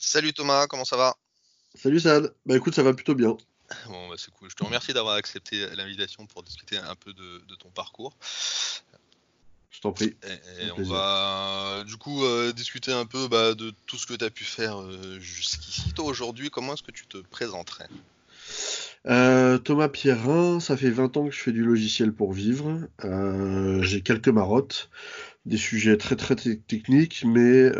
Salut Thomas, comment ça va? Salut Sad, bah écoute ça va plutôt bien, Bon, bah, c'est cool. Je te remercie d'avoir accepté l'invitation pour discuter un peu de ton parcours. je t'en prie, Et un on plaisir. va du coup discuter un peu de tout ce que tu as pu faire jusqu'ici. Toi aujourd'hui, comment est-ce que tu te présenterais? Thomas Pierrin, ça fait 20 ans que je fais du logiciel pour vivre. J'ai quelques marottes, des sujets techniques, mais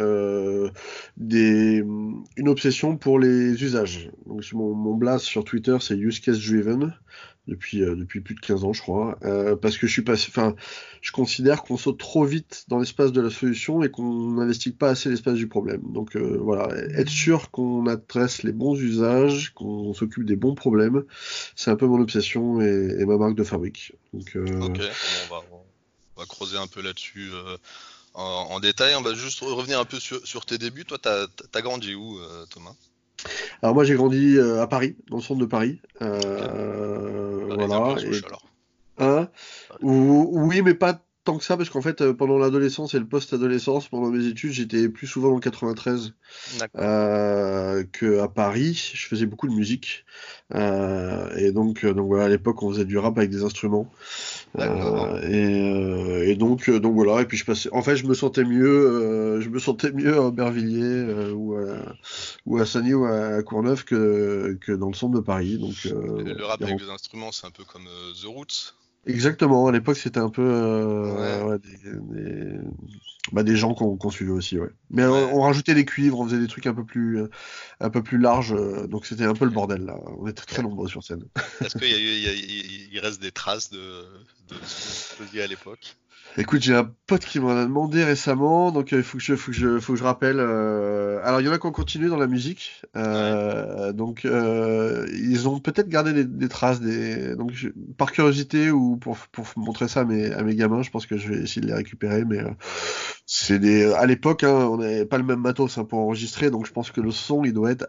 une obsession pour les usages. Donc mon blast sur Twitter, c'est Use Case Driven depuis plus de 15 ans, je crois, parce que je considère qu'on saute trop vite dans l'espace de la solution et qu'on n'investigue pas assez l'espace du problème. Donc voilà, être sûr qu'on adresse les bons usages, qu'on s'occupe des bons problèmes, c'est un peu mon obsession et ma marque de fabrique. Donc Ok, bon, on va creuser un peu là-dessus en détail. On va juste revenir un peu sur tes débuts. Toi, t'as grandi où, Thomas? alors moi j'ai grandi à Paris, dans le centre de Paris, Ok, parisien bien voilà. souche alors. Hein oui, mais pas tant que ça, parce qu'en fait, pendant l'adolescence et le post-adolescence, pendant mes études, j'étais plus souvent dans le 93 D'accord, que à Paris. Je faisais beaucoup de musique. Et donc voilà, à l'époque, on faisait du rap avec des instruments. d'accord. Et donc voilà. Et puis en fait, je me sentais mieux à Aubervilliers ou à Sagny ou à Courneuve que dans le centre de Paris. Donc Le bon, rap avec des instruments, c'est un peu comme The Roots. exactement, à l'époque c'était un peu Ouais, ouais, des gens qu'on suivait aussi, ouais. Mais ouais. on rajoutait des cuivres, on faisait des trucs un peu plus larges, donc c'était un peu le Ok. bordel là. On était très nombreux sur scène. Est-ce qu'il y a eu, il reste des traces de ce que vous faisiez à l'époque? Écoute, j'ai un pote qui m'en a demandé récemment, donc il faut que je rappelle. Alors il y en a qui ont continué dans la musique, Ouais. donc ils ont peut-être gardé des traces, par curiosité ou pour montrer ça à mes gamins, je pense que je vais essayer de les récupérer, mais Ouais. à l'époque, hein, on n'avait pas le même matos hein, pour enregistrer, donc je pense que le son il doit être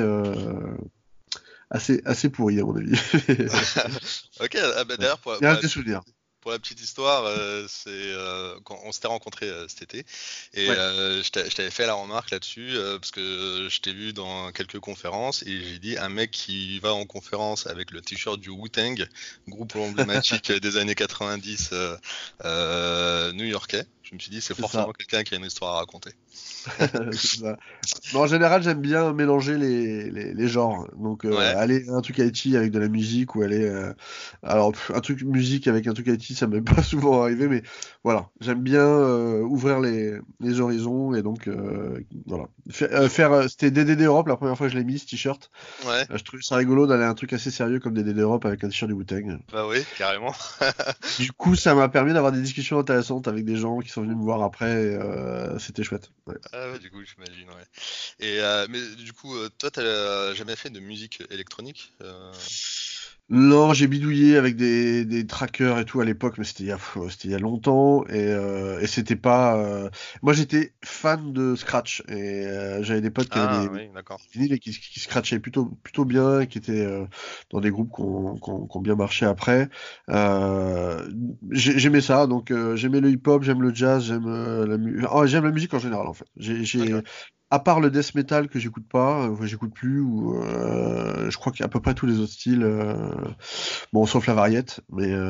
assez pourri à mon avis. Ok. Ah bah, d'ailleurs, Il reste des souvenirs. pour la petite histoire, c'est quand on s'était rencontrés cet été et Ouais. je t'avais fait la remarque là-dessus parce que je t'ai vu dans quelques conférences et j'ai dit un mec qui va en conférence avec le t-shirt du Wu-Tang, groupe emblématique des années 90 new-yorkais. Je me suis dit c'est C'est forcément ça. quelqu'un qui a une histoire à raconter. C'est ça. Mais en général, j'aime bien mélanger les genres. Donc, Ouais. aller un truc Haïti avec de la musique ou aller. Alors, un truc musique avec un truc Haïti, ça m'est pas souvent arrivé, mais voilà. J'aime bien ouvrir les horizons et donc, voilà. Mais C'était DDD Europe la première fois que je l'ai mis, ce t-shirt. ouais. Je trouvais ça rigolo d'aller à un truc assez sérieux comme DDD Europe avec un t-shirt du Wu-Tang. Bah oui, carrément. Du coup, ça m'a permis d'avoir des discussions intéressantes avec des gens qui sont venus me voir après. C'était chouette. Ouais. Ah ouais, du coup, j'imagine, ouais. Et mais du coup, toi, t'as jamais fait de musique électronique? Non, j'ai bidouillé avec des trackers et tout à l'époque, mais c'était il y a longtemps et c'était pas. Moi, j'étais fan de Scratch et j'avais des potes qui avaient Ah des oui, d'accord. vinyles et qui scratchaient plutôt bien, et qui étaient dans des groupes qui ont bien marché après. Euh, j'aimais ça, donc j'aimais le hip-hop, j'aime le jazz, j'aime la musique en général en fait. Ok. À part le death metal que j'écoute pas, j'écoute plus, ou je crois qu'il y a à peu près tous les autres styles, bon sauf la variette,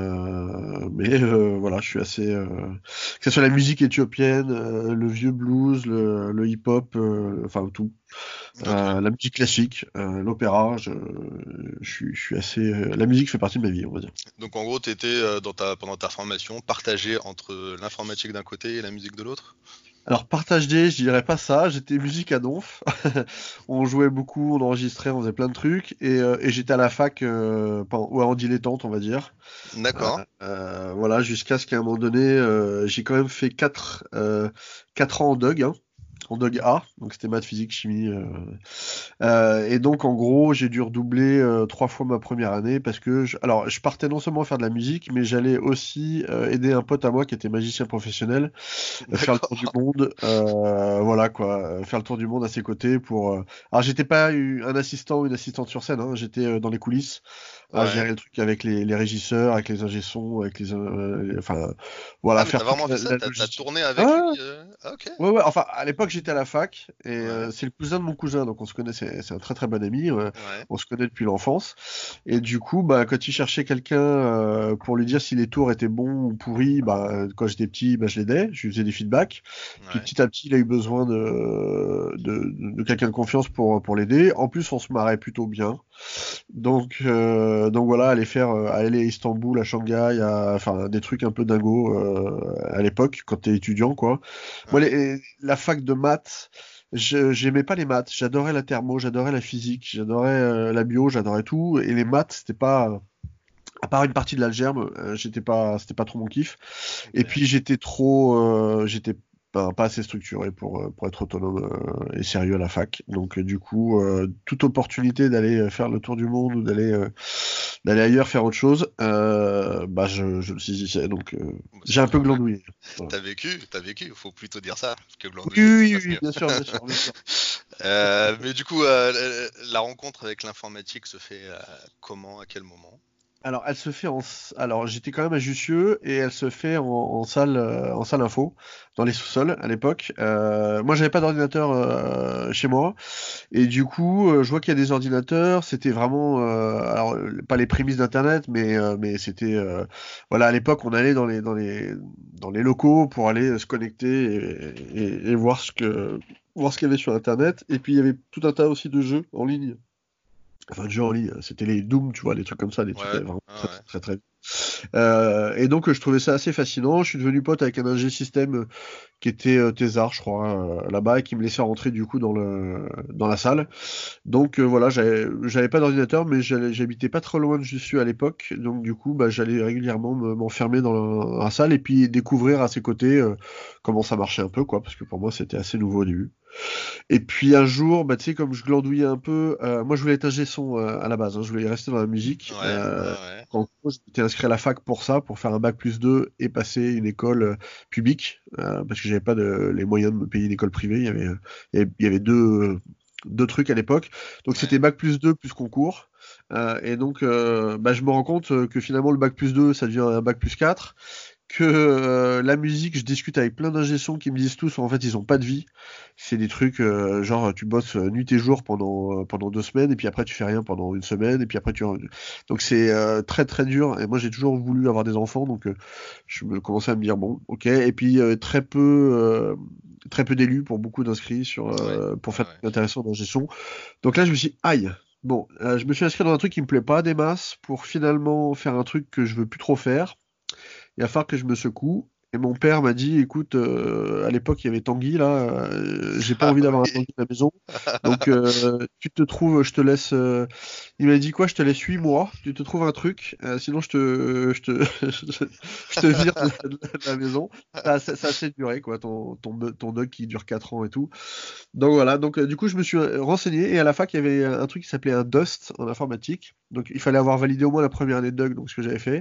mais voilà, je suis assez, que ce soit la musique éthiopienne, le vieux blues, le hip-hop, enfin tout, Ok. la musique classique, l'opéra, je suis assez, la musique fait partie de ma vie, on va dire. Donc en gros, t'étais pendant ta formation partagé entre l'informatique d'un côté et la musique de l'autre? Alors, partage D, je dirais pas ça. J'étais musique à donf. On jouait beaucoup, on enregistrait, on faisait plein de trucs. Et j'étais à la fac, ou en dilettante, on va dire. D'accord. Voilà, jusqu'à ce qu'à un moment donné, j'ai quand même fait 4 ans en Dog, hein, en Dog A. Donc, c'était maths, physique, chimie. Et donc, en gros, j'ai dû redoubler 3 fois ma première année parce que, alors, je partais non seulement faire de la musique, mais j'allais aussi aider un pote à moi qui était magicien professionnel faire le tour du D'accord. monde, voilà quoi, faire le tour du monde à ses côtés pour. Alors j'étais pas un assistant ou une assistante sur scène, hein, j'étais dans les coulisses à Ouais. gérer le truc avec les régisseurs, avec les ingé sons, avec enfin, voilà, Ah, mais faire t'as toute vraiment fait ça? la T'as logistique. tourné avec Ah, lui? Ah, ok. ouais, ouais, enfin, à l'époque, j'étais à la fac, et Ouais. c'est le cousin de mon cousin, donc on se connaît, c'est un très très bon ami, Ouais. on se connaît depuis l'enfance. Et du coup, bah, quand il cherchait quelqu'un pour lui dire si les tours étaient bons ou pourris, bah, quand j'étais petit, bah, je l'aidais, je lui faisais des feedbacks. Puis Ouais. petit à petit, il a eu besoin de quelqu'un de confiance pour l'aider. En plus, on se marrait plutôt bien. Donc voilà, aller à Istanbul, à Shanghai, enfin des trucs un peu dingos à l'époque quand t'es étudiant quoi. Moi, Ouais. la fac de maths, j'aimais pas les maths. J'adorais la thermo, j'adorais la physique, j'adorais la bio, j'adorais tout. Et les maths, c'était pas, à part une partie de l'algèbre, c'était pas trop mon kiff. Et Ok. puis j'étais pas assez structuré pour être autonome et sérieux à la fac. Donc du coup, toute opportunité d'aller faire le tour du monde ou d'aller ailleurs faire autre chose, bah je le saisissais. Donc Bah, j'ai c'est un peu normal. glandouillé. Voilà. T'as vécu. Faut plutôt dire ça que Oui, glandouiller, ça oui, oui, passe oui, mieux. bien sûr, bien sûr, bien sûr. Mais du coup, la rencontre avec l'informatique se fait comment, à quel moment? Alors, alors j'étais quand même à Jussieu et elle se fait en salle info dans les sous-sols à l'époque. Moi, j'avais pas d'ordinateur chez moi et du coup, je vois qu'il y a des ordinateurs. C'était vraiment, alors pas les prémices d'Internet, mais c'était, voilà, à l'époque, on allait dans les locaux pour aller se connecter et voir ce qu'il y avait sur Internet. Et puis il y avait tout un tas aussi de jeux en ligne. Enfin, de jeux en ligne, c'était les Doom, tu vois, des trucs comme ça, des trucs Ouais. vraiment Ouais. très, Ouais. très, très, et donc, je trouvais ça assez fascinant. Je suis devenu pote avec un ingé système qui était Thésard, je crois, là-bas, et qui me laissait rentrer du coup dans la salle. Donc voilà, j'avais pas d'ordinateur, mais j'habitais pas trop loin de Jussieu à l'époque. Donc du coup, bah, j'allais régulièrement m'enfermer dans la salle et puis découvrir à ses côtés comment ça marchait un peu, quoi, parce que pour moi, c'était assez nouveau au début. Et puis un jour, bah, tu sais, comme je glandouillais un peu, moi je voulais être ingé son à la base, hein, je voulais rester dans la musique. Ouais. Ouais. En gros, j'étais inscrit à la fac pour ça, pour faire un bac+2 et passer une école publique, parce que j'avais pas les moyens de me payer une école privée. Il y avait deux trucs à l'époque. Donc c'était Ouais. bac+2 plus concours. Et donc, bah, je me rends compte que finalement le bac+2, ça devient un bac+4 que la musique, je discute avec plein d'ingé sons qui me disent tous, en fait, ils ont pas de vie. C'est des trucs, genre, tu bosses nuit et jour pendant 2 semaines, et puis après, tu fais rien pendant une semaine, et puis après, donc c'est très très dur. Et moi, j'ai toujours voulu avoir des enfants, donc je me commençais à me dire, bon, ok. Et puis, très peu d'élus pour beaucoup d'inscrits Ouais. pour Ouais. faire Ouais. des trucs intéressants d'ingé son. Donc là, je me suis dit, aïe. Bon, je me suis inscrit dans un truc qui me plaît pas des masses pour finalement faire un truc que je veux plus trop faire. Il va falloir que je me secoue. Et mon père m'a dit, écoute, à l'époque, il y avait Tanguy, là, j'ai pas Ah envie d'avoir un oui. Tanguy à la maison. Donc, tu te trouves, je te laisse. Il m'a dit quoi? Je te laisse 8 mois. Tu te trouves un truc. Sinon, je te vire de la maison. Ça a assez duré, quoi, ton dog qui dure 4 ans et tout. Donc voilà, donc du coup je me suis renseigné et à la fac il y avait un truc qui s'appelait un Dust en informatique. Donc il fallait avoir validé au moins la première année de Doug, donc ce que j'avais fait.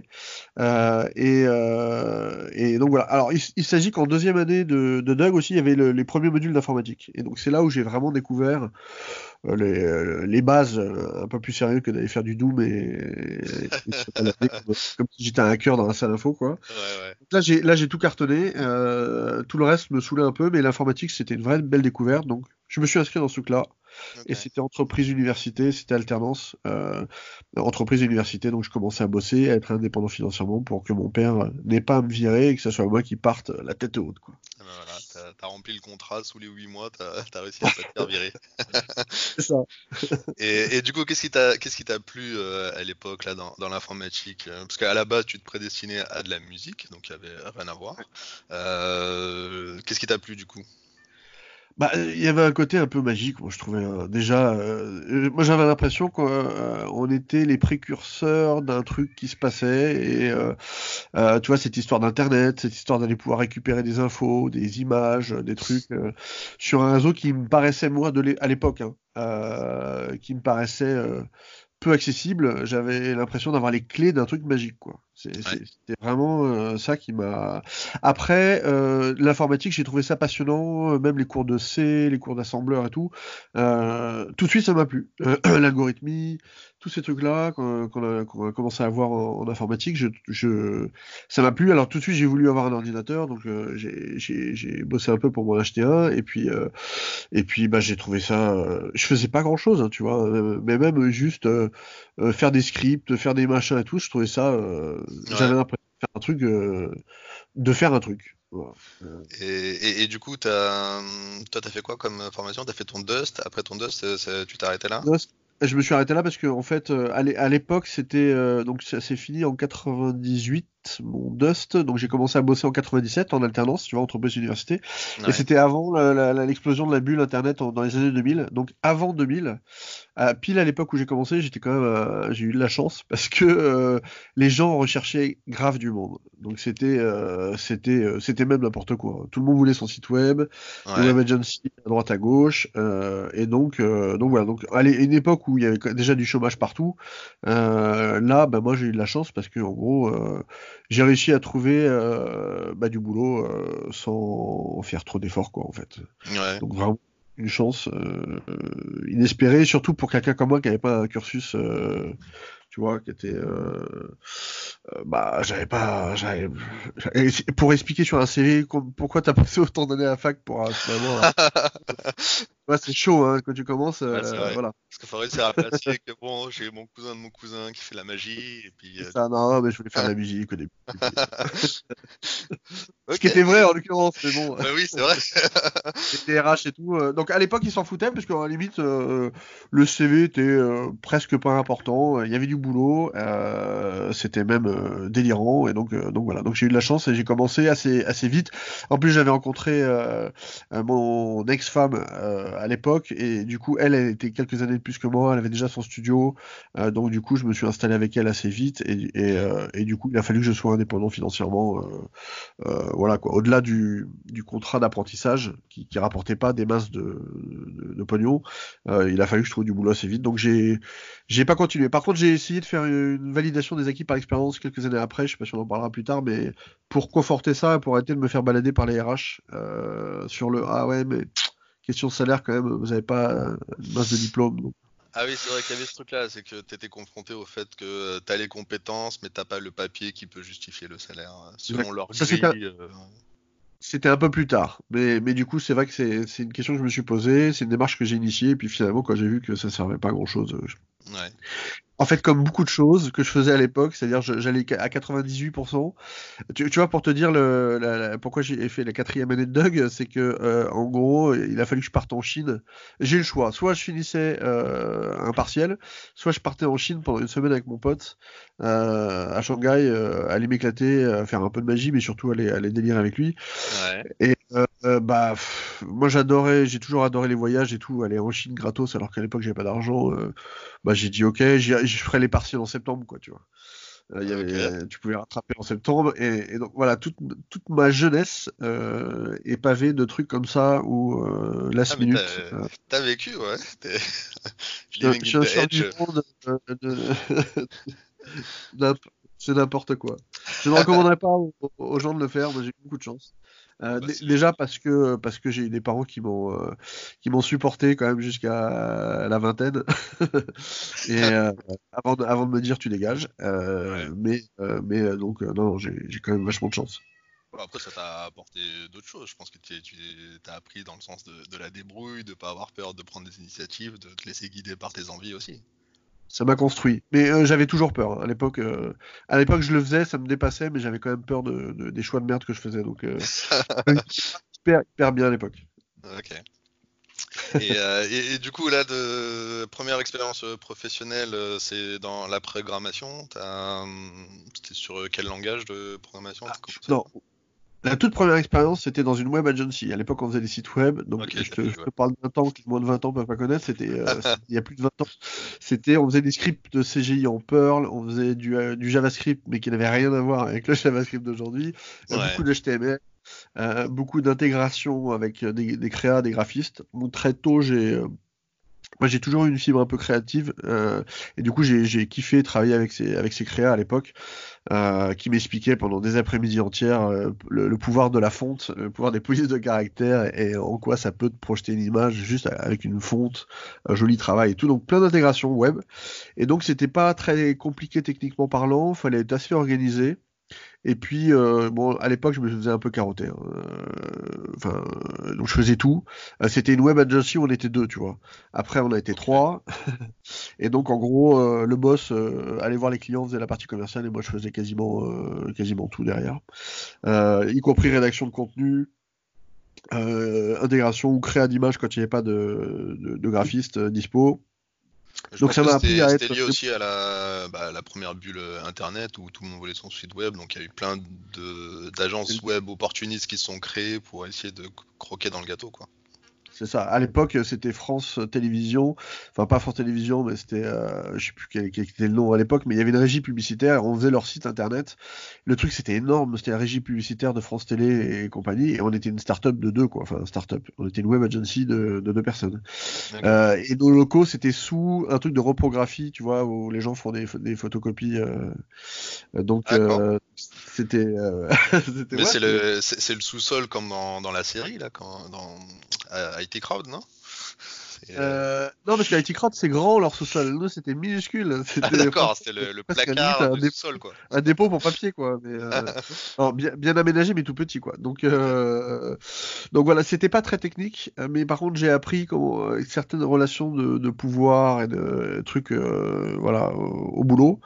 Et donc voilà. Alors il s'agit qu'en deuxième année de Doug aussi il y avait les premiers modules d'informatique. Et donc c'est là où j'ai vraiment découvert les bases un peu plus sérieux que d'aller faire du Doom et se balader comme si j'étais un hacker dans la salle info quoi. Ouais, ouais. Donc là j'ai tout cartonné. Tout le reste me saoulait un peu, mais l'informatique c'était une vraie belle découverte. Donc je me suis inscrit dans ce truc-là. Et Ok. c'était entreprise-université, c'était alternance. Entreprise-université, donc je commençais à bosser, à être indépendant financièrement pour que mon père n'ait pas à me virer et que ce soit moi qui parte la tête haute, quoi. Ah bah voilà, t'as rempli le contrat sous les 8 mois, t'as réussi à pas te faire virer. C'est ça. Et du coup, qu'est-ce qui t'a plu à l'époque là dans l'informatique? Parce qu'à la base, tu te prédestinais à de la musique, donc il y avait rien à voir. Qu'est-ce qui t'a plu du coup? Bah, il y avait un côté un peu magique, moi je trouvais déjà. Moi j'avais l'impression qu'on était les précurseurs d'un truc qui se passait et tu vois cette histoire d'internet, cette histoire d'aller pouvoir récupérer des infos, des images, des trucs sur un réseau qui me paraissait moi à l'époque, hein, qui me paraissait peu accessible. J'avais l'impression d'avoir les clés d'un truc magique, quoi. C'était vraiment ça qui m'a. Après, l'informatique, j'ai trouvé ça passionnant, même les cours de C, les cours d'assembleur et tout. Tout de suite, ça m'a plu. L'algorithmie, tous ces trucs-là qu'on a commencé à voir en informatique, ça m'a plu. Alors tout de suite, j'ai voulu avoir un ordinateur, donc j'ai bossé un peu pour m'en acheter un, et puis bah, j'ai trouvé ça. Je faisais pas grand-chose, hein, tu vois, mais même juste faire des scripts, faire des machins et tout, je trouvais ça. J'avais Ouais. l'impression de faire un truc. Voilà. Et du coup, toi, t'as fait quoi comme formation? T'as fait ton Dust. Après ton Dust, tu t'es arrêté là? Non, je me suis arrêté là parce que en fait, à l'époque, c'était donc ça s'est fini en 98, mon Dust. Donc j'ai commencé à bosser en 97 en alternance, tu vois, entreprise université. Et Ouais. c'était avant l'explosion de la bulle Internet dans les années 2000. Donc avant 2000. Pile à l'époque où j'ai commencé, j'ai eu de la chance parce que les gens recherchaient grave du monde. Donc c'était même n'importe quoi. Tout le monde voulait son site web, des Ouais. web agencies à droite à gauche, et donc voilà. Donc à une époque où il y avait déjà du chômage partout, là, bah, moi j'ai eu de la chance parce que en gros, j'ai réussi à trouver bah, du boulot sans faire trop d'efforts quoi en fait. Ouais. Donc vraiment une chance inespérée, surtout pour quelqu'un comme moi qui n'avait pas un cursus, tu vois, qui était, bah, pour expliquer sur un CV pourquoi t'as passé autant d'années à la fac pour finalement, ouais, c'est chaud hein, quand tu commences, Ouais, c'est vrai. voilà. Parce qu'il faut réussir à placer que bon, j'ai mon cousin de mon cousin qui fait la magie, et puis C'est ça, non, mais je voulais faire de la musique au début. Ce Ok. qui était vrai en l'occurrence, mais bon. Bah oui, c'est vrai. Les DRH et tout. Donc à l'époque, ils s'en foutaient parce qu'à la limite, le CV était presque pas important. Il y avait du boulot. C'était même délirant. Et donc voilà. Donc j'ai eu de la chance et j'ai commencé assez vite. En plus, j'avais rencontré mon ex-femme à l'époque et du coup, elle était quelques années de plus que moi. Elle avait déjà son studio. Donc du coup, je me suis installé avec elle assez vite et du coup, il a fallu que je sois indépendant financièrement. Voilà quoi. Au-delà du contrat d'apprentissage qui rapportait pas des masses de pognon, il a fallu que je trouve du boulot assez vite. Donc j'ai pas continué. Par contre, j'ai essayé de faire une validation des acquis par l'expérience quelques années après. Je sais pas si on en parlera plus tard, mais pour conforter ça, et pour arrêter de me faire balader par les RH sur le ah ouais mais question de salaire quand même, vous avez pas une masse de diplôme. Donc. Ah oui, c'est vrai qu'il y avait ce truc-là, c'est que t'étais confronté au fait que t'as les compétences, mais t'as pas le papier qui peut justifier le salaire, selon leur Ça grille. c'était un peu plus tard, mais du coup c'est vrai que c'est une question que je me suis posée, c'est une démarche que j'ai initiée, et puis finalement quand j'ai vu que ça servait pas à grand chose, Ouais. en fait comme beaucoup de choses que je faisais à l'époque, c'est-à-dire j'allais à 98%. Tu vois pour te dire pourquoi j'ai fait la quatrième année de Doug, c'est que en gros il a fallu que je parte en Chine. J'ai eu le choix, soit je finissais un partiel, soit je partais en Chine pendant une semaine avec mon pote à Shanghai, aller m'éclater, faire un peu de magie, mais surtout aller délirer avec lui. Ouais. Et bah, moi j'ai toujours adoré les voyages et tout, aller en Chine gratos alors qu'à l'époque j'avais pas d'argent. Bah j'ai dit ok, je ferai les partiels en septembre quoi, tu vois. Ok. Tu pouvais rattraper en septembre et donc voilà, toute ma jeunesse est pavée de trucs comme ça ou Ah last mais minute. t'as vécu, ouais. Living Je in suis un the edge. survivant de- d'imp- c'est n'importe quoi. Je ne recommanderais pas aux gens de le faire, mais j'ai eu beaucoup de chance. Ah bah si. Déjà parce que j'ai eu des parents qui m'ont supporté quand même jusqu'à la vingtaine et avant de me dire tu dégages. Ouais. Donc non, j'ai quand même vachement de chance. Bon, après, ça t'a apporté d'autres choses. Je pense que tu t'as appris dans le sens de la débrouille, de pas avoir peur de prendre des initiatives, de te laisser guider par tes envies aussi. Ça m'a construit. Mais j'avais toujours peur, hein. À l'époque, je le faisais, ça me dépassait, mais j'avais quand même peur des choix de merde que je faisais. Donc, hyper bien à l'époque. Ok. Et du coup, là, première expérience professionnelle, c'est dans la programmation. C'était sur quel langage de programmation t'as commencé? Non, la toute première expérience, c'était dans une web agency. À l'époque, on faisait des sites web. Donc, Ok, je t'as te, fait je du web. te parle d'un temps que les moins de 20 ans peuvent pas connaître. C'était il y a plus de 20 ans. On faisait des scripts de CGI en Perl. On faisait du JavaScript, mais qui n'avait rien à voir avec le JavaScript d'aujourd'hui. Ouais. Beaucoup d'HTML. Beaucoup d'intégration avec des créas, des graphistes. Donc, très tôt, Moi, j'ai toujours eu une fibre un peu créative, et du coup, j'ai kiffé travailler avec ces créas à l'époque, qui m'expliquaient pendant des après-midi entières le pouvoir de la fonte, le pouvoir des polices de caractère, et en quoi ça peut te projeter une image juste avec une fonte, un joli travail et tout. Donc, plein d'intégrations web. Et donc, c'était pas très compliqué techniquement parlant, fallait être assez organisé. Et puis, bon, à l'époque, je me faisais un peu carotter, hein. Enfin, donc je faisais tout. C'était une web agency où on était deux, tu vois. Après, on a été Ok. trois. Et donc, en gros, le boss allait voir les clients, faisait la partie commerciale, et moi, je faisais quasiment tout derrière. Y compris rédaction de contenu, intégration ou créa d'images quand il n'y avait pas de graphiste dispo. Je Donc, pense ça que m'a appris à c'était être... lié aussi à la première bulle internet où tout le monde voulait son site web, donc il y a eu plein d'agences web opportunistes qui se sont créées pour essayer de croquer dans le gâteau, quoi. C'est ça. À l'époque, c'était France Télévisions. Enfin, pas France Télévisions, mais c'était, je sais plus quel était le nom à l'époque, mais il y avait une régie publicitaire. On faisait leur site internet. Le truc, c'était énorme. C'était la régie publicitaire de France Télé et compagnie. Et on était une start-up de deux, quoi. Enfin, start-up. On était une web agency de deux personnes. D'accord. Et nos locaux, c'était sous un truc de reprographie, tu vois, où les gens font des photocopies. Donc, D'accord. c'était, c'était, Mais ouais, c'est le sous-sol comme dans la série là, quand dans IT Crowd, non? C'est, Non, parce qu'à IT Crowd, c'est grand leur sous-sol. Nous, c'était minuscule. Ah C'était d'accord, franchement c'était le presque à la limite placard du sous-sol, quoi. un dépôt pour papier, quoi. Mais alors, bien aménagé, mais tout petit, quoi. Ok. Donc voilà, c'était pas très technique, mais par contre, j'ai appris comment certaines relations de pouvoir et de trucs, voilà, au boulot.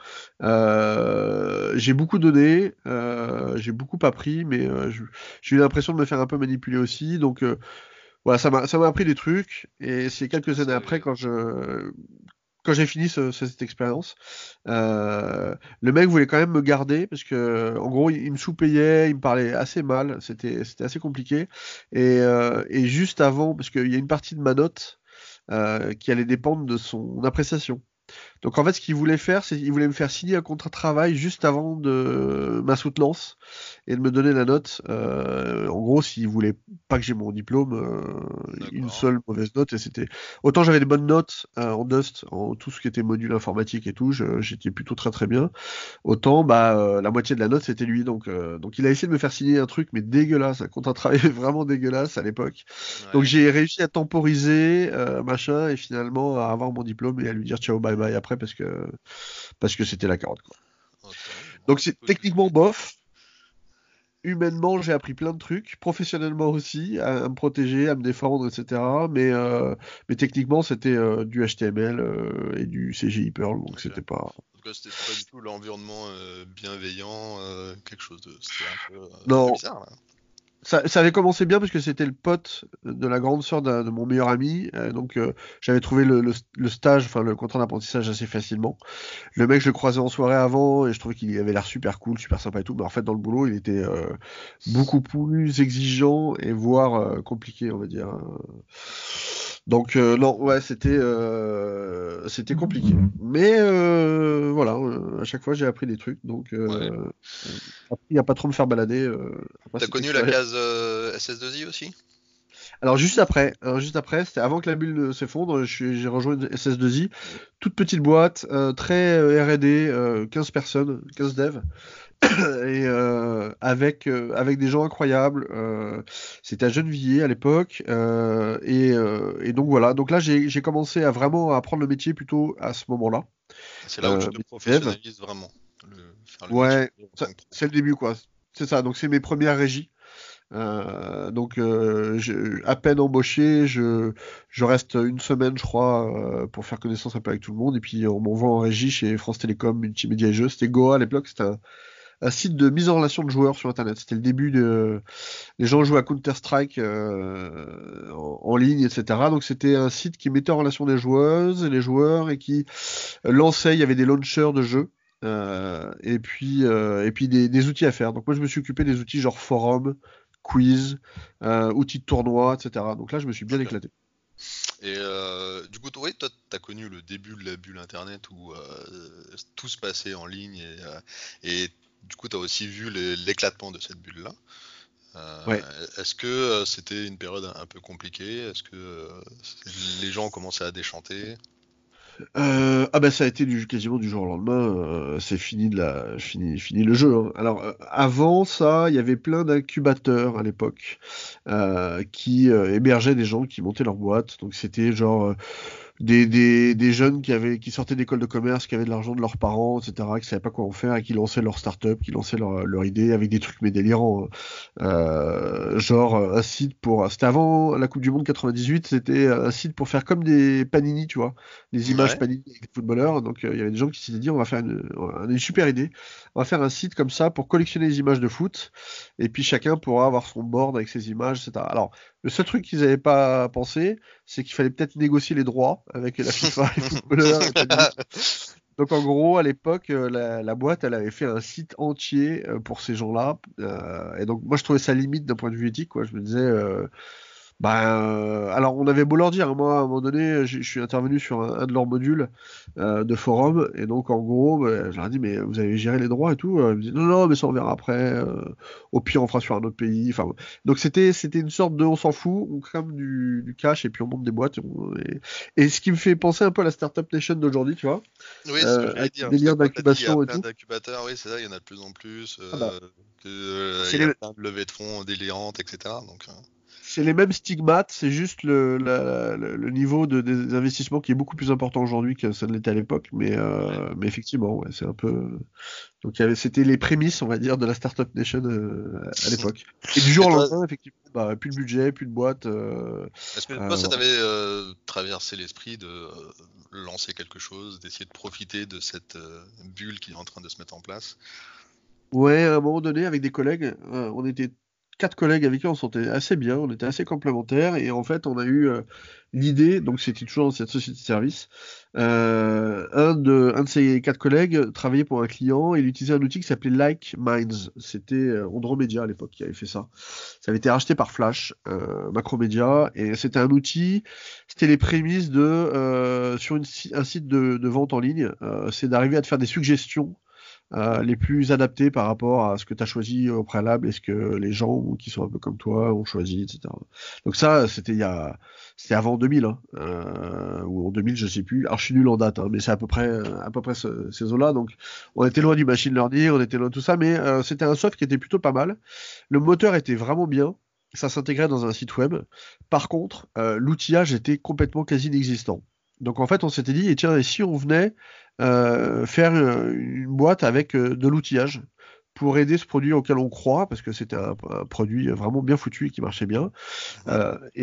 J'ai beaucoup donné, j'ai beaucoup appris, mais j'ai eu l'impression de me faire un peu manipuler aussi. Donc voilà, ça m'a appris des trucs, et c'est quelques années après, C'est quand j'ai fini cette expérience, le mec voulait quand même me garder parce que, en gros, il me sous-payait, il me parlait assez mal, c'était assez compliqué. Et juste avant, parce qu'il y a une partie de ma note qui allait dépendre de son appréciation. Donc en fait, ce qu'il voulait faire, c'est qu'il voulait me faire signer un contrat de travail juste avant de ma soutenance et de me donner la note. En gros, s'il voulait pas que j'ai mon diplôme, une d'accord. seule mauvaise note, et c'était autant j'avais des bonnes notes en Dust, en tout ce qui était module informatique et tout, j'étais plutôt très très bien. Autant bah la moitié de la note c'était lui, donc il a essayé de me faire signer un truc mais dégueulasse, un contrat de travail vraiment dégueulasse à l'époque. Donc Ouais. j'ai réussi à temporiser machin et finalement à avoir mon diplôme et à lui dire ciao bye bye après parce que c'était la carotte, quoi. Ok. Bon, Donc c'est écoute, techniquement bof. Humainement, j'ai appris plein de trucs, professionnellement aussi, à me protéger, à me défendre, etc. Mais techniquement, c'était du HTML et du CGI Perl, donc ok. c'était pas. En tout cas, c'était pas du tout l'environnement bienveillant, quelque chose de. C'était un peu Non, bizarre là. ça avait commencé bien parce que c'était le pote de la grande sœur de mon meilleur ami, donc j'avais trouvé le stage, enfin le contrat d'apprentissage assez facilement. Le mec, je le croisais en soirée avant et je trouvais qu'il avait l'air super cool, super sympa et tout, mais en fait dans le boulot, il était beaucoup plus exigeant et voire compliqué, on va dire. Donc non, ouais, c'était compliqué. Mais voilà, à chaque fois j'ai appris des trucs, donc Ouais. appris à pas trop me faire balader après T'as cette connu la expérience. case SS2I aussi? Alors juste après, c'était avant que la bulle ne s'effondre, j'ai rejoint une SS2I, toute petite boîte, très R&D, 15 personnes, 15 devs, et avec des gens incroyables. C'était à Gennevilliers à l'époque, et donc voilà. Donc là, j'ai commencé à vraiment apprendre le métier plutôt à ce moment-là, C'est là où tu te métier de dev. professionnalises vraiment. Faire le métier Ouais, en tant que pro. c'est le début quoi. C'est ça. Donc c'est mes premières régies. Donc à peine embauché, je reste une semaine, je crois, pour faire connaissance un peu avec tout le monde. Et puis on m'envoie en régie chez France Télécom, Multimédia et Jeux. C'était Goa à l'époque, c'était un site de mise en relation de joueurs sur Internet. C'était le début de... Les gens jouaient à Counter-Strike en ligne, etc. Donc c'était un site qui mettait en relation les joueuses et les joueurs et qui lançait, il y avait des launchers de jeux. Et puis des outils à faire. Donc moi je me suis occupé des outils genre forum, quiz, outils de tournoi, etc. Donc là je me suis bien Ok. éclaté. Et du coup, toi, ouais, toi, t'as connu le début de la bulle Internet où tout se passait en ligne et du coup, t'as aussi vu l'éclatement de cette bulle-là. Ouais. Est-ce que c'était une période un peu compliquée? Est-ce que les gens ont commencé à déchanter? Ah bah ça a été quasiment du jour au lendemain, c'est fini le jeu, hein. Alors avant ça, il y avait plein d'incubateurs à l'époque qui hébergeaient des gens qui montaient leur boîte. Donc c'était genre des jeunes qui sortaient d'école de commerce, qui avaient de l'argent de leurs parents, etc., qui savaient pas quoi en faire et qui lançaient leur start-up, qui lançaient leur idée avec des trucs mais délirants, hein. Genre un site c'était avant la Coupe du Monde 98, c'était un site pour faire comme des panini, tu vois, des images Ouais. panini avec des footballeurs. Donc il y avait des gens qui s'étaient dit on a une super idée, on va faire un site comme ça pour collectionner les images de foot et puis chacun pourra avoir son board avec ses images, etc. Alors le seul truc qu'ils n'avaient pas pensé, c'est qu'il fallait peut-être négocier les droits avec la FIFA, les footballeurs et Panini. Donc en gros, à l'époque, la boîte, elle avait fait un site entier pour ces gens-là. Et donc moi, je trouvais ça limite d'un point de vue éthique, quoi. Je me disais, alors on avait beau leur dire, hein, moi à un moment donné, je suis intervenu sur un de leurs modules de forum, et donc en gros, je leur ai dit, mais vous avez géré les droits et tout. Ils me disaient, non, non, mais ça on verra après. Au pire, on fera sur un autre pays. Enfin, donc c'était une sorte de, on s'en fout, on crame du cash et puis on monte des boîtes. Et ce qui me fait penser un peu à la Startup Nation d'aujourd'hui, tu vois, Oui, c'est ce que j'allais avec dire, le parce que délire quand tu as dit il y a d'incubation et plein tout. d'incubateurs, oui, c'est ça, il y en a de plus en plus, Ah bah, il c'est y a les, plein de levées de fonds délirantes, etc. Donc, c'est les mêmes stigmates, c'est juste le niveau des investissements qui est beaucoup plus important aujourd'hui que ça ne l'était à l'époque. ouais. Mais effectivement, ouais, c'est un peu. Donc c'était les prémices, on va dire, de la Startup Nation à l'époque. Et du jour Et au toi, lendemain, effectivement, bah, plus de budget, plus de boîte. est-ce que toi, ça Voilà. t'avait traversé l'esprit de lancer quelque chose, d'essayer de profiter de cette bulle qui est en train de se mettre en place? Ouais, à un moment donné, avec des collègues, on était quatre collègues avec qui on se sentait assez bien, on était assez complémentaires, et en fait, on a eu l'idée, donc c'était toujours dans cette société de service, un de ces quatre collègues travaillait pour un client, et il utilisait un outil qui s'appelait Like Minds. C'était Andromedia à l'époque qui avait fait ça. Ça avait été racheté par Flash, Macromedia, et c'était un outil, c'était les prémices sur un site de vente en ligne, c'est d'arriver à te faire des suggestions les plus adaptés par rapport à ce que tu as choisi au préalable et ce que les gens qui sont un peu comme toi ont choisi, etc. Donc ça, c'était avant 2000, hein, ou en 2000, je sais plus. Alors je suis nul en date, hein, mais c'est à peu près ces eaux-là. Donc on était loin Ouais. du machine learning, on était loin de tout ça, mais c'était un soft qui était plutôt pas mal. Le moteur était vraiment bien. Ça s'intégrait dans un site web. Par contre, l'outillage était complètement quasi inexistant. Donc en fait, on s'était dit, et tiens, et si on venait faire une boîte avec de l'outillage pour aider ce produit auquel on croit, parce que c'était un produit vraiment bien foutu et qui marchait bien. Mhm.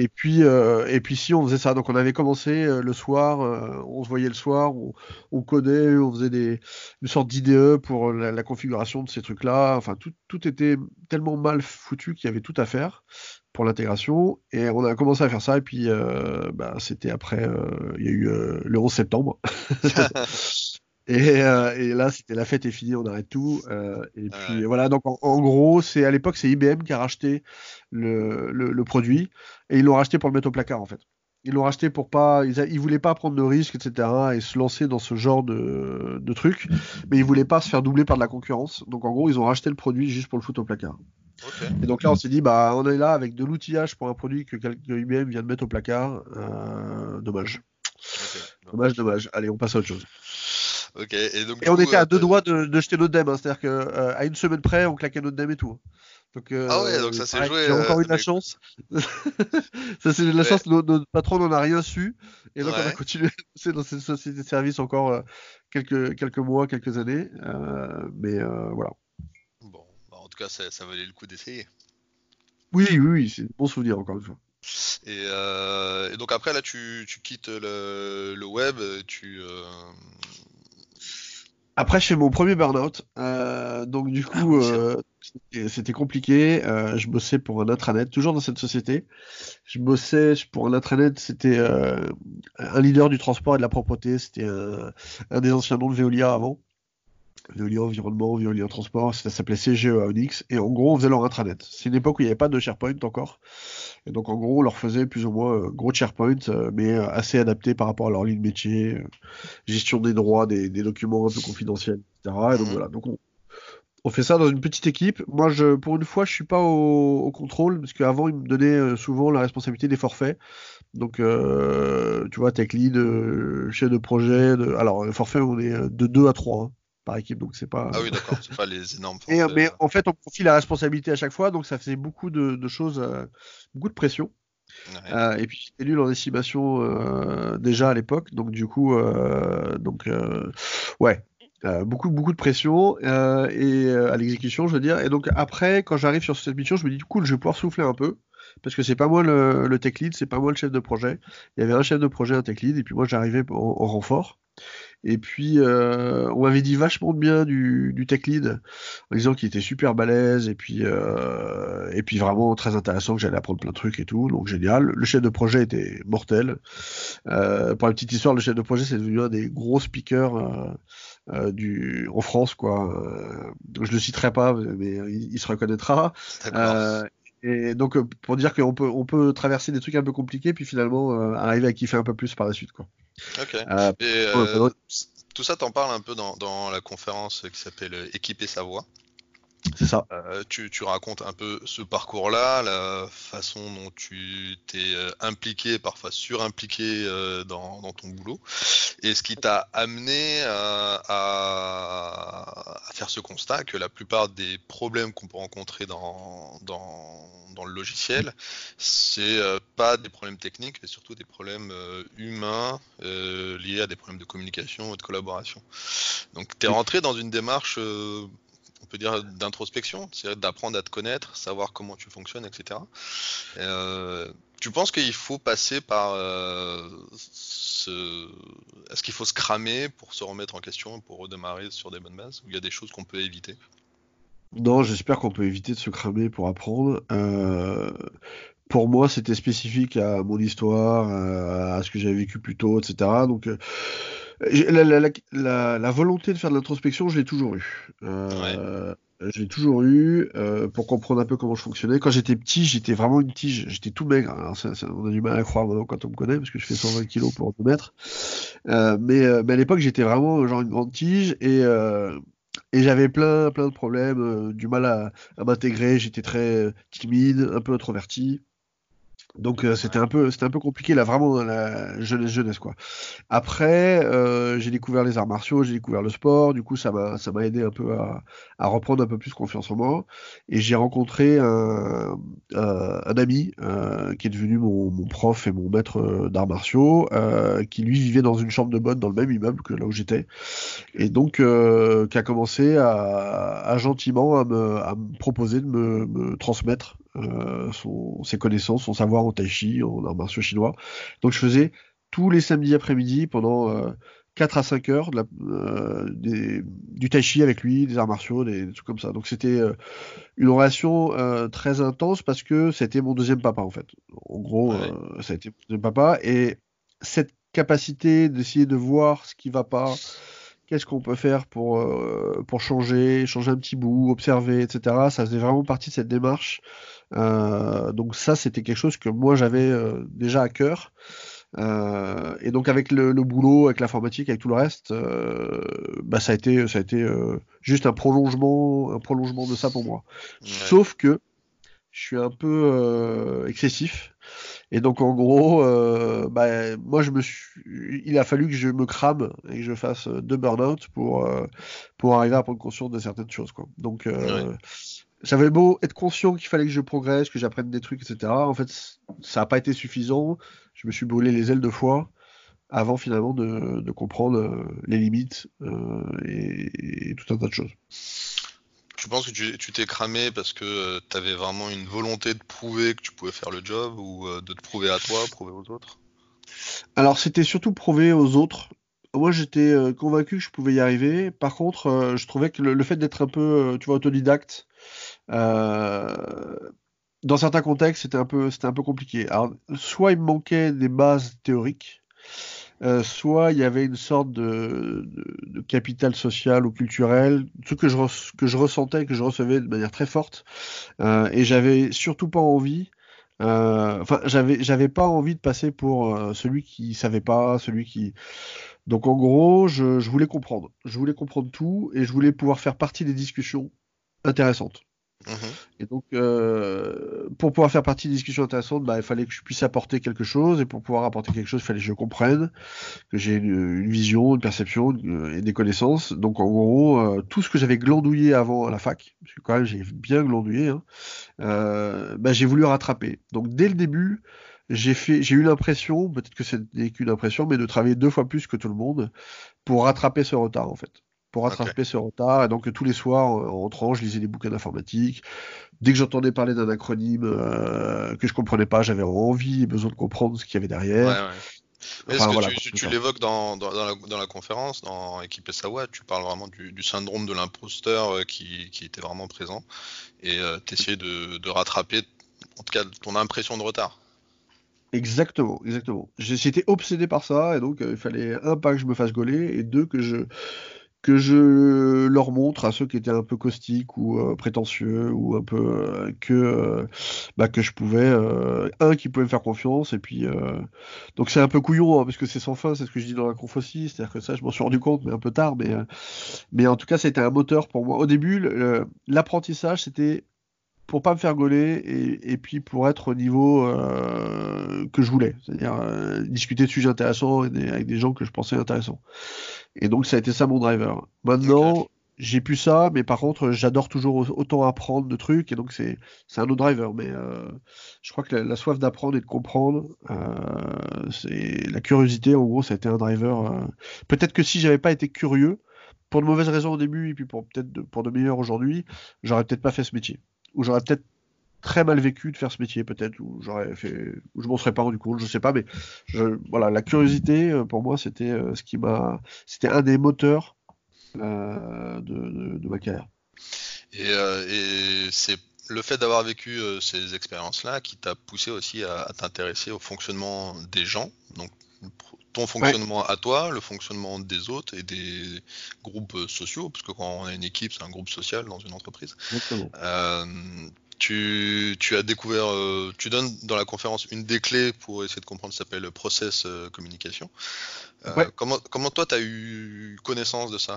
Et puis si on faisait ça, donc on avait commencé le soir, on se voyait le soir, on codait, on faisait une sorte d'IDE pour la configuration de ces trucs-là. Enfin, tout était tellement mal foutu qu'il y avait tout à faire pour l'intégration. Et on a commencé à faire ça. Et puis, bah, c'était après, il y a eu le 11 septembre. Et là, c'était la fête est finie, on arrête tout. Et puis Ouais. voilà, donc en gros, à l'époque, c'est IBM qui a racheté le produit et ils l'ont racheté pour le mettre au placard en fait. Ils l'ont racheté pour pas, ils voulaient pas prendre de risques, etc. et se lancer dans ce genre de truc, mais ils voulaient pas se faire doubler par de la concurrence. Donc en gros, ils ont racheté le produit juste pour le foutre au placard. Ok. Et donc là, on s'est dit, bah, on est là avec de l'outillage pour un produit que IBM vient de mettre au placard. Dommage. Ok. Dommage, Dommage. dommage. Allez, on passe à autre chose. Ok. Et donc Et du on coup, était à deux doigts de jeter notre dème, hein. C'est-à-dire que à une semaine près, on claquait notre dème et tout, hein. Donc ah ouais, donc ça s'est pareil, joué. j'ai encore eu de la Mais chance. Ça c'est de la ouais. chance, notre patron n'en a rien su. Et donc on a Ouais. continué à bosser dans cette société de service encore quelques mois, quelques années. Voilà. Bon, bah, en tout cas, ça valait le coup d'essayer. Oui, oui, oui, c'est un bon souvenir encore une fois. Et donc après là, tu quittes le web, Après, je fais mon premier burn-out. Donc du ah coup, oui, c'est vrai. c'était compliqué. Je bossais pour un intranet, toujours dans cette société. Je bossais pour un intranet, c'était un leader du transport et de la propreté. C'était un des anciens noms de Veolia avant. Veolia Environnement, Veolia Transport, ça s'appelait CGE à Onyx. Et en gros, on faisait leur intranet. C'est une époque où il n'y avait pas de SharePoint encore. Et donc en gros, on leur faisait plus ou moins gros SharePoint, mais assez adapté par rapport à leur ligne métier, gestion des droits, des documents un peu confidentiels, etc. Et donc Mhm. voilà. Donc On fait ça dans une petite équipe. Moi, pour une fois, je suis pas au contrôle, parce qu'avant, ils me donnaient souvent la responsabilité des forfaits. Donc, tu vois, tech lead, chef de projet. Alors, le forfait, on est de 2 à 3 hein, par équipe, donc c'est pas. Ah oui, d'accord, c'est pas les énormes Et, forfaits. mais en fait, on confie la responsabilité à chaque fois, donc ça faisait beaucoup de choses, beaucoup de pression. Ouais. Et puis j'étais nul en estimation déjà à l'époque, donc du coup, ouais, beaucoup de pression à l'exécution, je veux dire. Et donc après, quand j'arrive sur cette mission, je me dis cool, je vais pouvoir souffler un peu. Parce que c'est pas moi le tech lead, c'est pas moi le chef de projet. Il y avait un chef de projet, un tech lead, et puis moi j'arrivais en renfort. Et puis, on m'avait dit vachement de bien du tech lead, en disant qu'il était super balèze, et puis vraiment très intéressant, que j'allais apprendre plein de trucs et tout, donc génial. Le chef de projet était mortel. Pour la petite histoire, le chef de projet, c'est devenu un des gros speakers en France, quoi. Donc je le citerai pas, mais il se reconnaîtra. D'accord. Euh, et donc, pour dire qu'on peut traverser des trucs un peu compliqués, puis finalement arriver à kiffer un peu plus par la suite, quoi. Ok. Euh, Et tout ça, t'en parles un peu dans la conférence qui s'appelle Équiper sa voix. c'est ça. Tu racontes un peu ce parcours-là, la façon dont tu t'es impliqué, parfois surimpliqué dans ton boulot, et ce qui t'a amené à faire ce constat que la plupart des problèmes qu'on peut rencontrer dans le logiciel, c'est pas des problèmes techniques, mais surtout des problèmes humains liés à des problèmes de communication et de collaboration. Donc, tu es Oui. rentré dans une démarche on peut dire d'introspection, c'est-à-dire d'apprendre à te connaître, savoir comment tu fonctionnes, etc. Tu penses qu'il faut passer par est-ce qu'il faut se cramer pour se remettre en question, pour redémarrer sur des bonnes bases, ou il y a des choses qu'on peut éviter? Non, j'espère qu'on peut éviter de se cramer pour apprendre. Pour moi, c'était spécifique à mon histoire, à ce que j'avais vécu plus tôt, etc. Donc, la volonté de faire de l'introspection, je l'ai toujours eu. Ouais. Je l'ai toujours eu pour comprendre un peu comment je fonctionnais. Quand j'étais petit, j'étais vraiment une tige. J'étais tout maigre. Alors, on a du mal à croire maintenant quand on me connaît, parce que je fais 120 kilos pour 2 mètres. Mais à l'époque, j'étais vraiment genre une grande tige et j'avais plein de problèmes, du mal à m'intégrer. J'étais très timide, un peu introverti. Donc Ouais. c'était un peu compliqué là, vraiment dans la jeunesse quoi. Après, j'ai découvert les arts martiaux, j'ai découvert le sport, du coup ça m'a aidé un peu à reprendre un peu plus confiance en moi. Et j'ai rencontré un ami qui est devenu mon prof et mon maître d'arts martiaux, qui lui vivait dans une chambre de bonne dans le même immeuble que là où j'étais, Ok. et donc qui a commencé à gentiment à me proposer de me transmettre ses connaissances, son savoir en tai chi, en arts martiaux chinois. Donc je faisais tous les samedis après-midi pendant 4 à 5 heures du tai chi avec lui, des arts martiaux, des trucs comme ça. Donc c'était une relation très intense parce que c'était mon deuxième papa en fait. En gros, Ouais. ça a été mon deuxième papa, et cette capacité d'essayer de voir ce qui va pas, qu'est-ce qu'on peut faire pour changer un petit bout, observer, etc. Ça faisait vraiment partie de cette démarche. Donc ça, c'était quelque chose que moi j'avais déjà à cœur. Et donc avec le boulot, avec l'informatique, avec tout le reste, bah ça a été juste un prolongement de ça pour moi. Ouais. Sauf que je suis un peu excessif. Et donc en gros, bah, moi il a fallu que je me crame et que je fasse 2 burn-out pour arriver à prendre conscience de certaines choses, quoi. Donc Ouais. j'avais beau être conscient qu'il fallait que je progresse, que j'apprenne des trucs, etc. En fait, ça n'a pas été suffisant. Je me suis brûlé les ailes 2 fois avant finalement de comprendre les limites et tout un tas de choses. Tu penses que tu t'es cramé parce que tu avais vraiment une volonté de prouver que tu pouvais faire le job, ou de te prouver à toi, prouver aux autres? Alors c'était surtout prouver aux autres. Moi j'étais convaincu que je pouvais y arriver. Par contre, je trouvais que le fait d'être un peu, tu vois, autodidacte, euh, dans certains contextes, c'était un peu compliqué. Alors, soit il me manquait des bases théoriques, soit il y avait une sorte de capital social ou culturel, truc que je ressentais, que je recevais de manière très forte, et j'avais surtout pas envie. Enfin, j'avais pas envie de passer pour celui qui savait pas, celui qui. Donc en gros, je voulais comprendre. Je voulais comprendre tout et je voulais pouvoir faire partie des discussions. intéressantes. Mhm. Et donc, pour pouvoir faire partie des discussions intéressantes, il fallait que je puisse apporter quelque chose, et pour pouvoir apporter quelque chose, il fallait que je comprenne, que j'ai une vision, une perception et des connaissances. Donc, en gros, tout ce que j'avais glandouillé avant à la fac, parce que quand même j'ai bien glandouillé, hein, j'ai voulu rattraper. Donc, dès le début, j'ai eu l'impression, peut-être que c'est qu'une impression, mais de travailler 2 fois plus que tout le monde pour rattraper ce retard, en fait. Pour Ok. rattraper ce retard, et donc tous les soirs, en rentrant, je lisais des bouquins d'informatique. Dès que j'entendais parler d'un acronyme que je comprenais pas, j'avais envie et besoin de comprendre ce qu'il y avait Ouais, derrière. ouais. Mais est-ce Enfin que voilà, tu, quoi, tu, c'est tu ça. l'évoques dans la conférence, dans Équipe Sawa, tu parles vraiment du syndrome de l'imposteur qui était vraiment présent et t'essayais de rattraper, en tout cas, ton impression de retard. Exactement, exactement. J'étais obsédé par ça, et donc il fallait un, pas que je me fasse gauler, et deux, que je leur montre à ceux qui étaient un peu caustiques ou prétentieux, ou un peu que je pouvais, un, qui pouvait me faire confiance, et puis donc c'est un peu couillon, hein, parce que c'est sans fin, c'est ce que je dis dans la conf aussi, c'est-à-dire que ça je m'en suis rendu compte, mais un peu tard, mais en tout cas c'était un moteur pour moi. Au début, l'apprentissage c'était pour pas me faire gauler, et puis pour être au niveau que je voulais, c'est-à-dire discuter de sujets intéressants avec des gens que je pensais intéressants. Et donc ça a été ça mon driver. Ok. Maintenant, j'ai plus ça, mais par contre, j'adore toujours autant apprendre de trucs, et donc c'est un autre driver. Mais je crois que la soif d'apprendre et de comprendre, c'est la curiosité. En gros, ça a été un driver. Peut-être que si j'avais pas été curieux, pour de mauvaises raisons au début, et puis pour de meilleures aujourd'hui, j'aurais peut-être pas fait ce métier. Ou j'aurais peut-être très mal vécu de faire ce métier, peut-être, ou je m'en serais pas rendu compte, je sais pas, mais voilà, la curiosité, pour moi, c'était c'était un des moteurs de ma carrière. Et c'est le fait d'avoir vécu ces expériences-là qui t'a poussé aussi à t'intéresser au fonctionnement des gens, donc ton Ouais, fonctionnement à toi, le fonctionnement des autres et des groupes sociaux, parce que quand on a une équipe, c'est un groupe social dans une entreprise. exactement. Euh, tu as découvert, tu donnes dans la conférence une des clés pour essayer de comprendre, ça s'appelle process communication. Ouais. Comment toi, tu as eu connaissance de ça?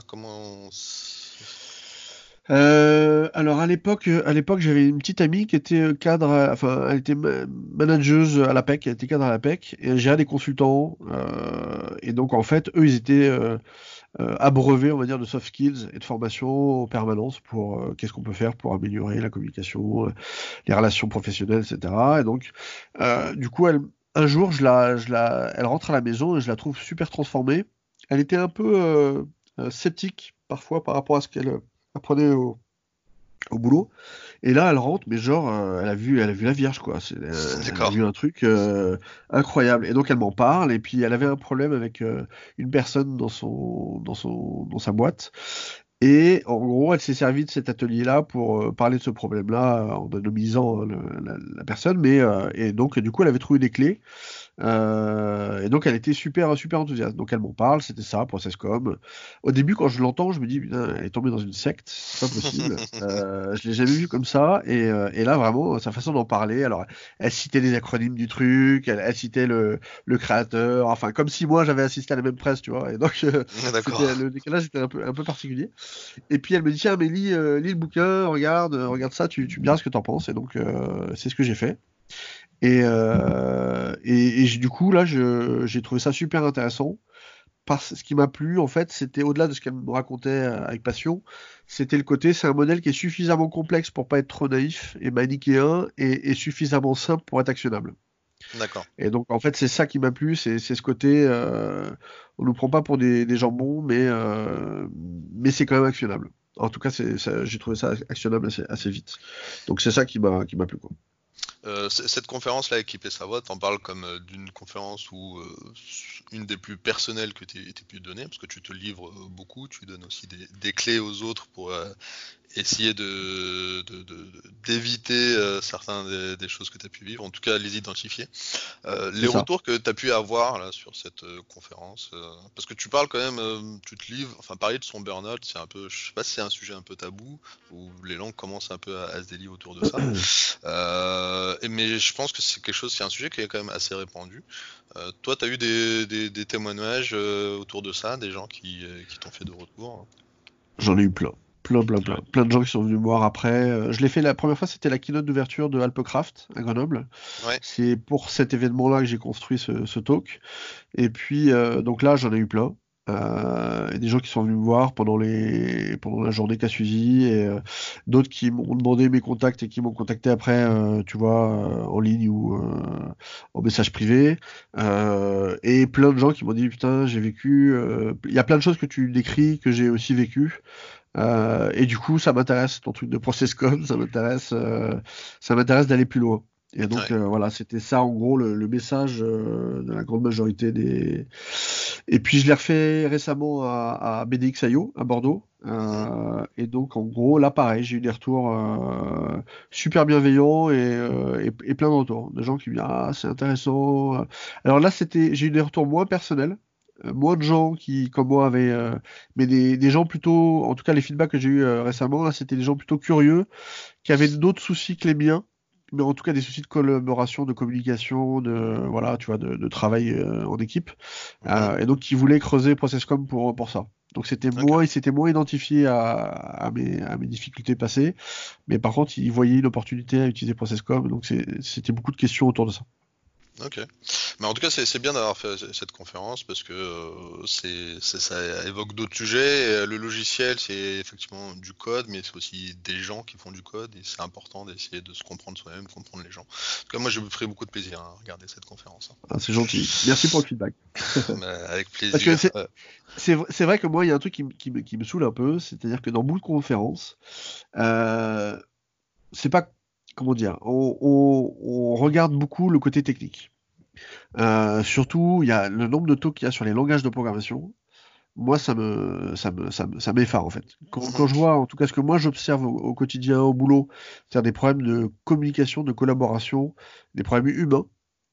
Alors à l'époque, j'avais une petite amie qui était cadre, enfin, elle était manageuse à la PEC, elle était cadre à la PEC, et elle gérait des consultants, et donc en fait, eux, ils étaient abreuvés, on va dire, de soft skills et de formation en permanence pour qu'est-ce qu'on peut faire pour améliorer la communication, les relations professionnelles, etc. Et donc, du coup, un jour, elle rentre à la maison, et je la trouve super transformée. Elle était un peu sceptique parfois par rapport à ce qu'elle apprenait au boulot. Et là, elle rentre, mais genre, elle a vu la Vierge, quoi. Elle a D'accord. vu un truc incroyable. Et donc, elle m'en parle. Et puis, elle avait un problème avec une personne dans sa boîte. Et en gros, elle s'est servie de cet atelier-là pour parler de ce problème-là, en anonymisant la personne. Et donc, du coup, elle avait trouvé des clés. Et donc elle était super super enthousiaste. Donc elle m'en parle, c'était ça, Processcom. Au début, quand je l'entends, je me dis, putain, elle est tombée dans une secte, c'est pas possible. Je l'ai jamais vu comme ça. Et là, vraiment, sa façon d'en parler, alors elle citait les acronymes du truc, elle citait le créateur, enfin comme si moi j'avais assisté à la même presse, tu vois. Et donc D'accord. le décalage était un peu particulier. Et puis elle me dit, tiens, mais lis le bouquin, regarde ça, tu me diras ce que t'en penses. Et donc c'est ce que j'ai fait. Du coup, là, j'ai trouvé ça super intéressant. Ce qui m'a plu, en fait, c'était au-delà de ce qu'elle me racontait avec passion, c'était le côté, c'est un modèle qui est suffisamment complexe pour pas être trop naïf et manichéen, et suffisamment simple pour être actionnable. D'accord. Et donc, en fait, c'est ça qui m'a plu, c'est ce côté, on nous prend pas pour des jambons, mais c'est quand même actionnable. En tout cas, j'ai trouvé ça actionnable assez vite. Donc, c'est ça qui m'a plu, quoi. Cette conférence-là, Équipée Savoie, t'en parles comme d'une conférence où une des plus personnelles que tu aies pu donner, parce que tu te livres beaucoup, tu donnes aussi des clés aux autres pour essayer d'éviter certains des choses que tu as pu vivre, en tout cas les identifier. Les C'est ça. retours que tu as pu avoir là sur cette conférence, parce que tu parles quand même, tu te livres, enfin parler de son burn-out, c'est un peu, je sais pas si c'est un sujet un peu tabou, où les langues commencent un peu à se délier autour de ça. Mais je pense que c'est quelque chose, c'est un sujet qui est quand même assez répandu. Toi, tu as eu des témoignages autour de ça, des gens qui t'ont fait de retours? J'en ai eu plein. plein de gens qui sont venus me voir après. Je l'ai fait la première fois, c'était la keynote d'ouverture de Alpecraft à Grenoble. Ouais. C'est pour cet événement-là que j'ai construit ce talk. Et puis, donc là, j'en ai eu plein. Et des gens qui sont venus me voir pendant la journée qui a suivi, et d'autres qui m'ont demandé mes contacts et qui m'ont contacté après, tu vois, en ligne ou en message privé. Et plein de gens qui m'ont dit, putain, j'ai vécu. Il y a plein de choses que tu décris que j'ai aussi vécu. Et du coup, ça m'intéresse, ton truc de processcom, ça m'intéresse d'aller plus loin. Et donc Ouais. voilà, c'était ça en gros le message de la grande majorité des. Et puis je l'ai refait récemment à BDX.io à Bordeaux. Et donc en gros là pareil, j'ai eu des retours super bienveillants et plein de retours. De gens qui me disent ah c'est intéressant. Alors là j'ai eu des retours moins personnels. Moins de gens qui, comme moi, avaient, mais des gens plutôt, en tout cas les feedbacks que j'ai eu récemment, là, c'était des gens plutôt curieux, qui avaient d'autres soucis que les miens, mais en tout cas des soucis de collaboration, de communication, voilà, tu vois, de travail en équipe, et donc qui voulaient creuser ProcessCom pour ça. Donc Ok. ils s'étaient moins identifiés à mes difficultés passées, mais par contre ils voyaient une opportunité à utiliser ProcessCom, donc c'était beaucoup de questions autour de ça. Ok. Mais en tout cas, c'est bien d'avoir fait cette conférence parce que ça évoque d'autres sujets. Le logiciel, c'est effectivement du code, mais c'est aussi des gens qui font du code et c'est important d'essayer de se comprendre soi-même, comprendre les gens. En tout cas, moi, je me ferai beaucoup de plaisir à regarder cette conférence, hein. Ah, c'est gentil. Merci pour le feedback. Mais avec Parce que plaisir. c'est vrai que moi, il y a un truc qui me saoule un peu, c'est-à-dire que dans beaucoup de conférences, euh, c'est pas, comment dire, on regarde beaucoup le côté technique. Surtout, il y a le nombre de talks qu'il y a sur les langages de programmation. Moi, ça m'effare en fait. Quand Mhm. je vois, en tout cas, ce que moi j'observe au quotidien, au boulot, c'est-à-dire des problèmes de communication, de collaboration, des problèmes humains.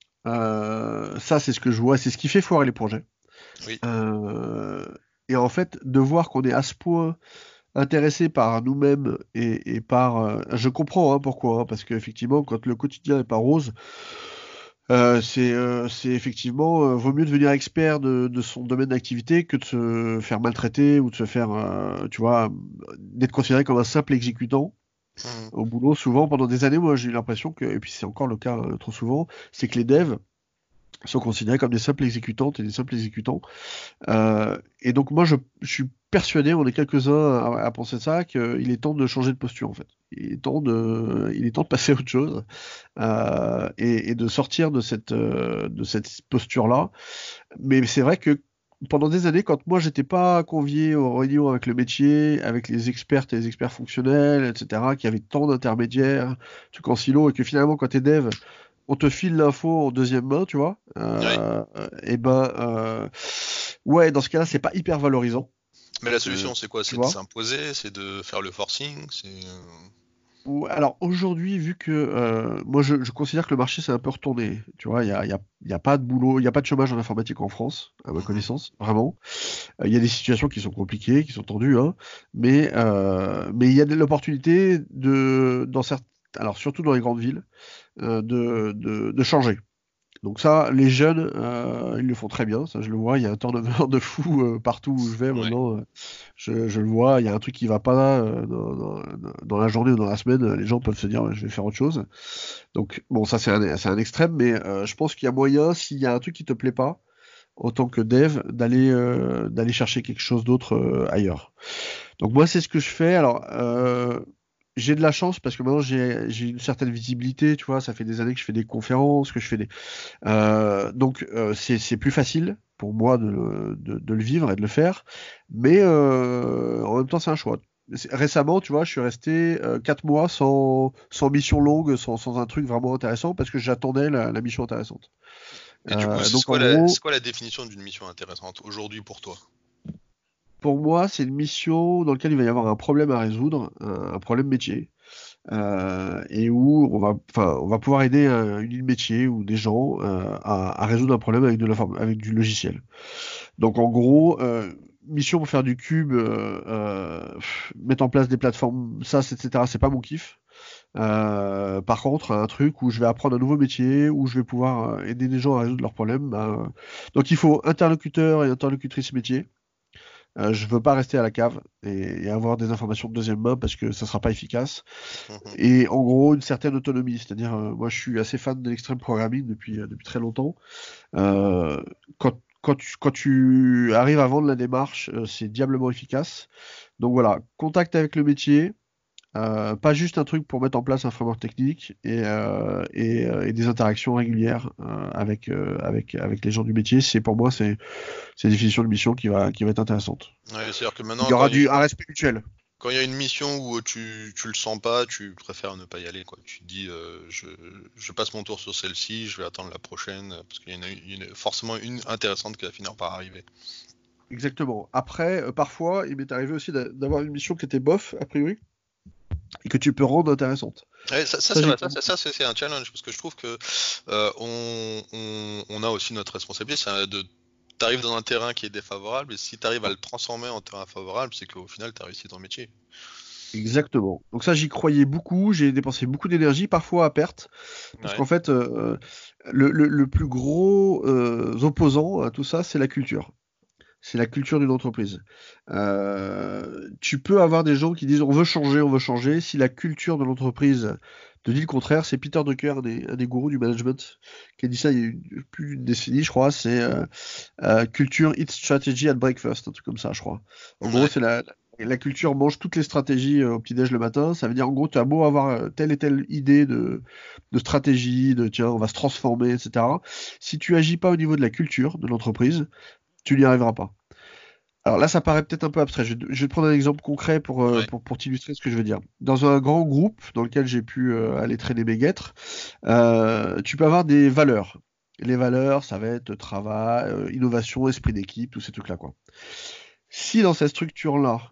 Ça, c'est ce que je vois, c'est ce qui fait foirer les projets. Oui. Euh, et en fait, de voir qu'on est à ce point intéressé par nous-mêmes et par... je comprends pourquoi, parce qu'effectivement, quand le quotidien n'est pas rose, c'est effectivement, vaut mieux devenir expert de son domaine d'activité que de se faire maltraiter ou de se faire, tu vois, d'être considéré comme un simple exécutant. Mhm. Au boulot, souvent, pendant des années, moi j'ai eu l'impression que, et puis c'est encore le cas trop souvent, c'est que les devs sont considérés comme des simples exécutantes et des simples exécutants. Et donc moi je suis persuadé, on est quelques-uns à penser ça, qu'il est temps de changer de posture en fait. Il est temps de passer à autre chose et de sortir de cette posture-là. Mais c'est vrai que pendant des années, quand moi j'étais pas convié aux réunions avec le métier, avec les expertes et les experts fonctionnels, etc., qui avaient tant d'intermédiaires, trucs en silo, et que finalement quand t'es dev, on te file l'info en deuxième main, tu vois. Oui. Et ben, ouais, dans ce cas-là, c'est pas hyper valorisant, Mais la euh, solution, c'est quoi? tu C'est de vois. s'imposer, c'est de faire le forcing, c'est. Alors aujourd'hui, vu que moi je considère que le marché s'est un peu retourné, tu vois, il y a pas de boulot, il y a pas de chômage en informatique en France, à ma Mhm. connaissance, vraiment. Il y a des situations qui sont compliquées, qui sont tendues, hein, mais il y a de l'opportunité dans certains, alors surtout dans les grandes villes, de changer. Donc ça, les jeunes, ils le font très bien, ça je le vois, il y a un turnover de fou partout où je vais Ouais. maintenant, je le vois, il y a un truc qui va pas dans la journée ou dans la semaine, les gens peuvent se dire ouais, je vais faire autre chose. Donc bon, ça c'est un extrême, mais je pense qu'il y a moyen, s'il y a un truc qui te plaît pas, en tant que dev, d'aller chercher quelque chose d'autre ailleurs. Donc moi, c'est ce que je fais. Alors, j'ai de la chance parce que maintenant j'ai une certaine visibilité, tu vois, ça fait des années que je fais des conférences, que je fais des donc c'est plus facile pour moi de le vivre et de le faire, mais en même temps c'est un choix. Récemment, tu vois, je suis resté 4 mois sans mission longue, sans un truc vraiment intéressant parce que j'attendais la mission intéressante. Et du coup, Donc en gros, c'est quoi la définition d'une mission intéressante aujourd'hui pour toi? pour moi, c'est une mission dans laquelle il va y avoir un problème à résoudre, un problème métier, et où on va pouvoir aider une île métier ou des gens à résoudre un problème avec du logiciel. Donc en gros, mission pour faire du cube, mettre en place des plateformes, SaaS, etc. C'est pas mon kiff. Par contre, un truc où je vais apprendre un nouveau métier, où je vais pouvoir aider des gens à résoudre leurs problèmes. Donc il faut interlocuteur et interlocutrice métier. Je veux pas rester à la cave et avoir des informations de deuxième main parce que ça sera pas efficace. Mhm. Et en gros, une certaine autonomie. C'est-à-dire, moi, je suis assez fan de l'extreme programming depuis très longtemps. Euh, quand tu arrives à vendre la démarche, c'est diablement efficace. Donc voilà, contact avec le métier, pas juste un truc pour mettre en place un framework technique et des interactions régulières avec les gens du métier. C'est pour moi, c'est une définition de mission qui va être intéressante. Ouais, c'est-à-dire que Il maintenant, y aura un respect mutuel. quand il y a une mission où tu le sens pas, tu préfères ne pas y aller, quoi. Tu te dis, je passe mon tour sur celle-ci, je vais attendre la prochaine, parce qu'il y en a forcément une intéressante qui va finir par arriver. Exactement. Après, parfois, il m'est arrivé aussi d'avoir une mission qui était bof, a priori, et que tu peux rendre intéressante. Ouais, ça Ça, c'est j'ai vrai, pas beaucoup. c'est un challenge, parce que je trouve que on a aussi notre responsabilité, t'arrives dans un terrain qui est défavorable, et si t'arrives à le transformer en terrain favorable, c'est qu'au final t'as réussi ton métier. Exactement. Donc ça, j'y croyais beaucoup, j'ai dépensé beaucoup d'énergie, parfois à perte, parce Ouais. qu'en fait, le plus gros opposant à tout ça, c'est la culture. C'est la culture d'une entreprise. Tu peux avoir des gens qui disent on veut changer, on veut changer. Si la culture de l'entreprise te dit le contraire, c'est Peter Drucker, un des gourous du management, qui a dit ça il y a plus d'une décennie, je crois. C'est culture eat strategy at breakfast, un truc comme ça, je crois. En gros, Ouais. c'est la culture mange toutes les stratégies au petit-déj le matin. Ça veut dire, en gros, tu as beau avoir telle et telle idée de stratégie, de tiens, on va se transformer, etc. Si tu agis pas au niveau de la culture de l'entreprise, tu n'y arriveras pas. Alors là, ça paraît peut-être un peu abstrait. Je vais te prendre un exemple concret Ouais. pour t'illustrer ce que je veux dire. Dans un grand groupe dans lequel j'ai pu aller traîner mes guêtres, tu peux avoir des valeurs. Les valeurs, ça va être travail, innovation, esprit d'équipe, tous ces trucs-là, quoi. Si dans cette structure-là,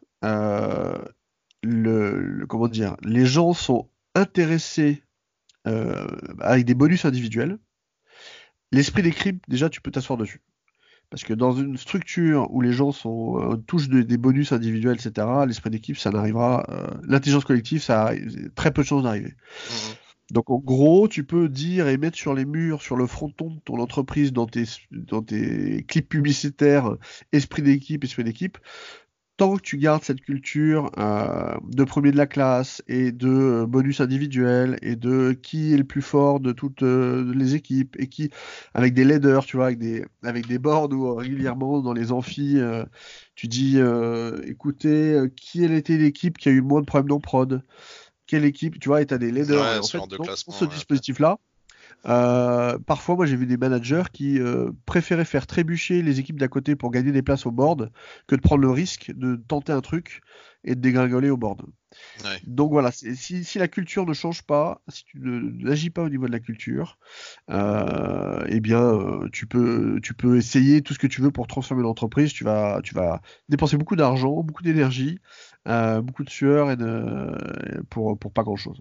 comment dire, les gens sont intéressés avec des bonus individuels, l'esprit d'équipe, déjà, tu peux t'asseoir dessus. Parce que dans une structure où les gens touchent des bonus individuels, etc., l'esprit d'équipe, ça n'arrivera. L'intelligence collective, ça a très peu de chances d'arriver. Mhm. Donc en gros, tu peux dire et mettre sur les murs, sur le fronton de ton entreprise, dans tes clips publicitaires, esprit d'équipe, tant que tu gardes cette culture de premier de la classe et de bonus individuel et de qui est le plus fort de toutes les équipes et qui, avec des leaders, tu vois, avec des boards où régulièrement dans les amphis, tu dis, écoutez, qui a été l'équipe qui a eu le moins de problèmes dans prod? Quelle équipe, tu vois, et t'as des leaders. Et Ouais, en ce fait, genre de dans ce classement, ouais, ok. dispositif-là, parfois, moi, j'ai vu des managers qui préféraient faire trébucher les équipes d'à côté pour gagner des places au board que de prendre le risque de tenter un truc et de dégringoler au board. Ouais. Donc voilà, si la culture ne change pas, si tu n'agis pas au niveau de la culture, eh bien, tu peux essayer tout ce que tu veux pour transformer l'entreprise. Tu vas dépenser beaucoup d'argent, beaucoup d'énergie, beaucoup de sueur pour pas grand-chose.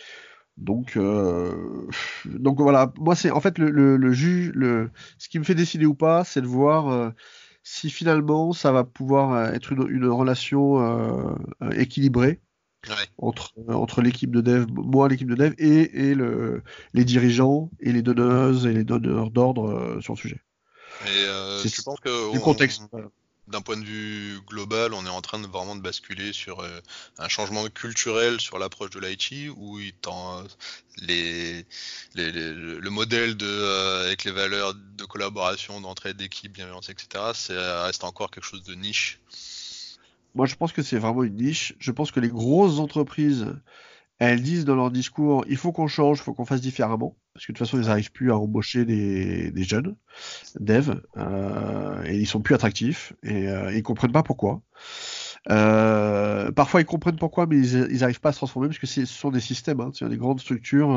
Donc voilà, moi c'est en fait le juge, ce qui me fait décider ou pas, c'est de voir si finalement ça va pouvoir être une relation équilibrée Ouais. entre l'équipe de dev, moi l'équipe de dev les dirigeants et les donneuses et les donneurs d'ordre sur le sujet. Et C'est tu penses que du contexte. Voilà. d'un point de vue global, on est en train de vraiment de basculer sur un changement culturel sur l'approche de l'IT où les, le modèle avec les valeurs de collaboration, d'entraide, d'équipe, bienveillance, etc. Ça reste encore quelque chose de niche. Moi je pense que c'est vraiment une niche. Je pense que les grosses entreprises elles disent dans leur discours, il faut qu'on change, il faut qu'on fasse différemment, parce que de toute façon, ils Ouais. n'arrivent plus à embaucher des jeunes devs, et ils sont plus attractifs, et ils comprennent pas pourquoi. Parfois, ils comprennent pourquoi, mais ils n'arrivent pas à se transformer, parce que ce sont des systèmes, hein, des grandes structures.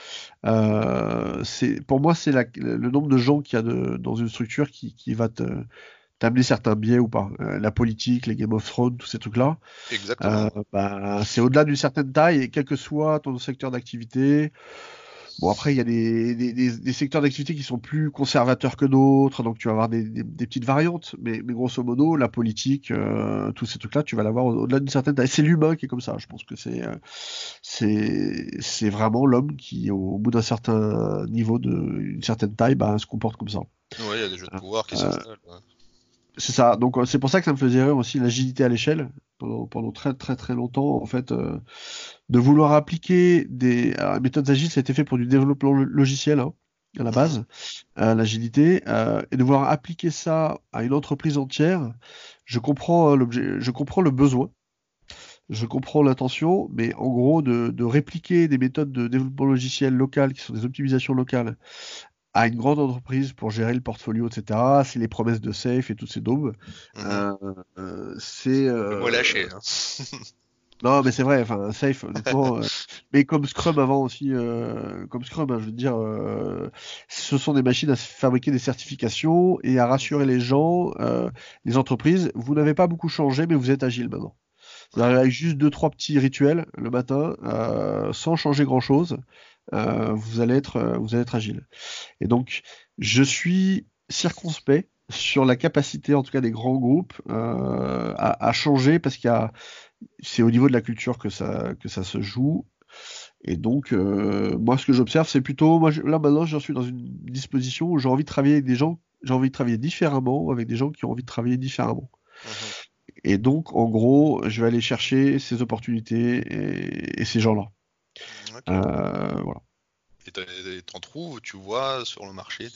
Pour moi, c'est le nombre de gens qu'il y a dans une structure qui va t'amener certains biais ou pas. La politique, les Game of Thrones, tous ces trucs-là. Exactement. Bah, c'est au-delà d'une certaine taille et quel que soit ton secteur d'activité. Bon, après, il y a des secteurs d'activité qui sont plus conservateurs que d'autres, donc tu vas avoir des petites variantes. Mais grosso modo, la politique, tous ces trucs-là, tu vas l'avoir au-delà d'une certaine taille. C'est l'humain qui est comme ça. Je pense que c'est vraiment l'homme qui, au bout d'un certain niveau une certaine taille, bah, se comporte comme ça. Ouais, il y a des jeux de pouvoir qui Euh, s'installent. Ouais. C'est ça. Donc c'est pour ça que ça me faisait rire aussi l'agilité à l'échelle pendant très très très longtemps en fait de vouloir appliquer des alors, les méthodes agiles, ça a été fait pour du développement logiciel hein, à la Mhm. base, l'agilité et de vouloir appliquer ça à une entreprise entière. Je comprends je comprends le besoin, je comprends l'intention, mais en gros de répliquer des méthodes de développement logiciel local qui sont des optimisations locales à une grande entreprise pour gérer le portfolio, etc. C'est les promesses de safe et toutes ces daubes. Mhm. Euh, c'est Le mot est lâché, hein. non, mais c'est vrai. Enfin, safe, honnêtement. Mais comme Scrum avant aussi, comme Scrum, hein, je veux dire, ce sont des machines à fabriquer des certifications et à rassurer les gens, les entreprises. Vous n'avez pas beaucoup changé, mais vous êtes agile maintenant. Ouais. C'est-à-dire avec juste deux, trois petits rituels le matin, sans changer grand-chose, vous allez être agile. Et donc, je suis circonspect sur la capacité, en tout cas des grands groupes, à changer parce c'est au niveau de la culture que ça se joue. Et donc, moi, ce que j'observe, c'est plutôt, là maintenant, je suis dans une disposition où j'ai envie de travailler avec des gens, j'ai envie de travailler différemment, avec des gens qui ont envie de travailler différemment. Mhm. Et donc, en gros, je vais aller chercher ces opportunités et ces gens-là. Ok. Voilà. Et t'en trouves, tu vois sur le marché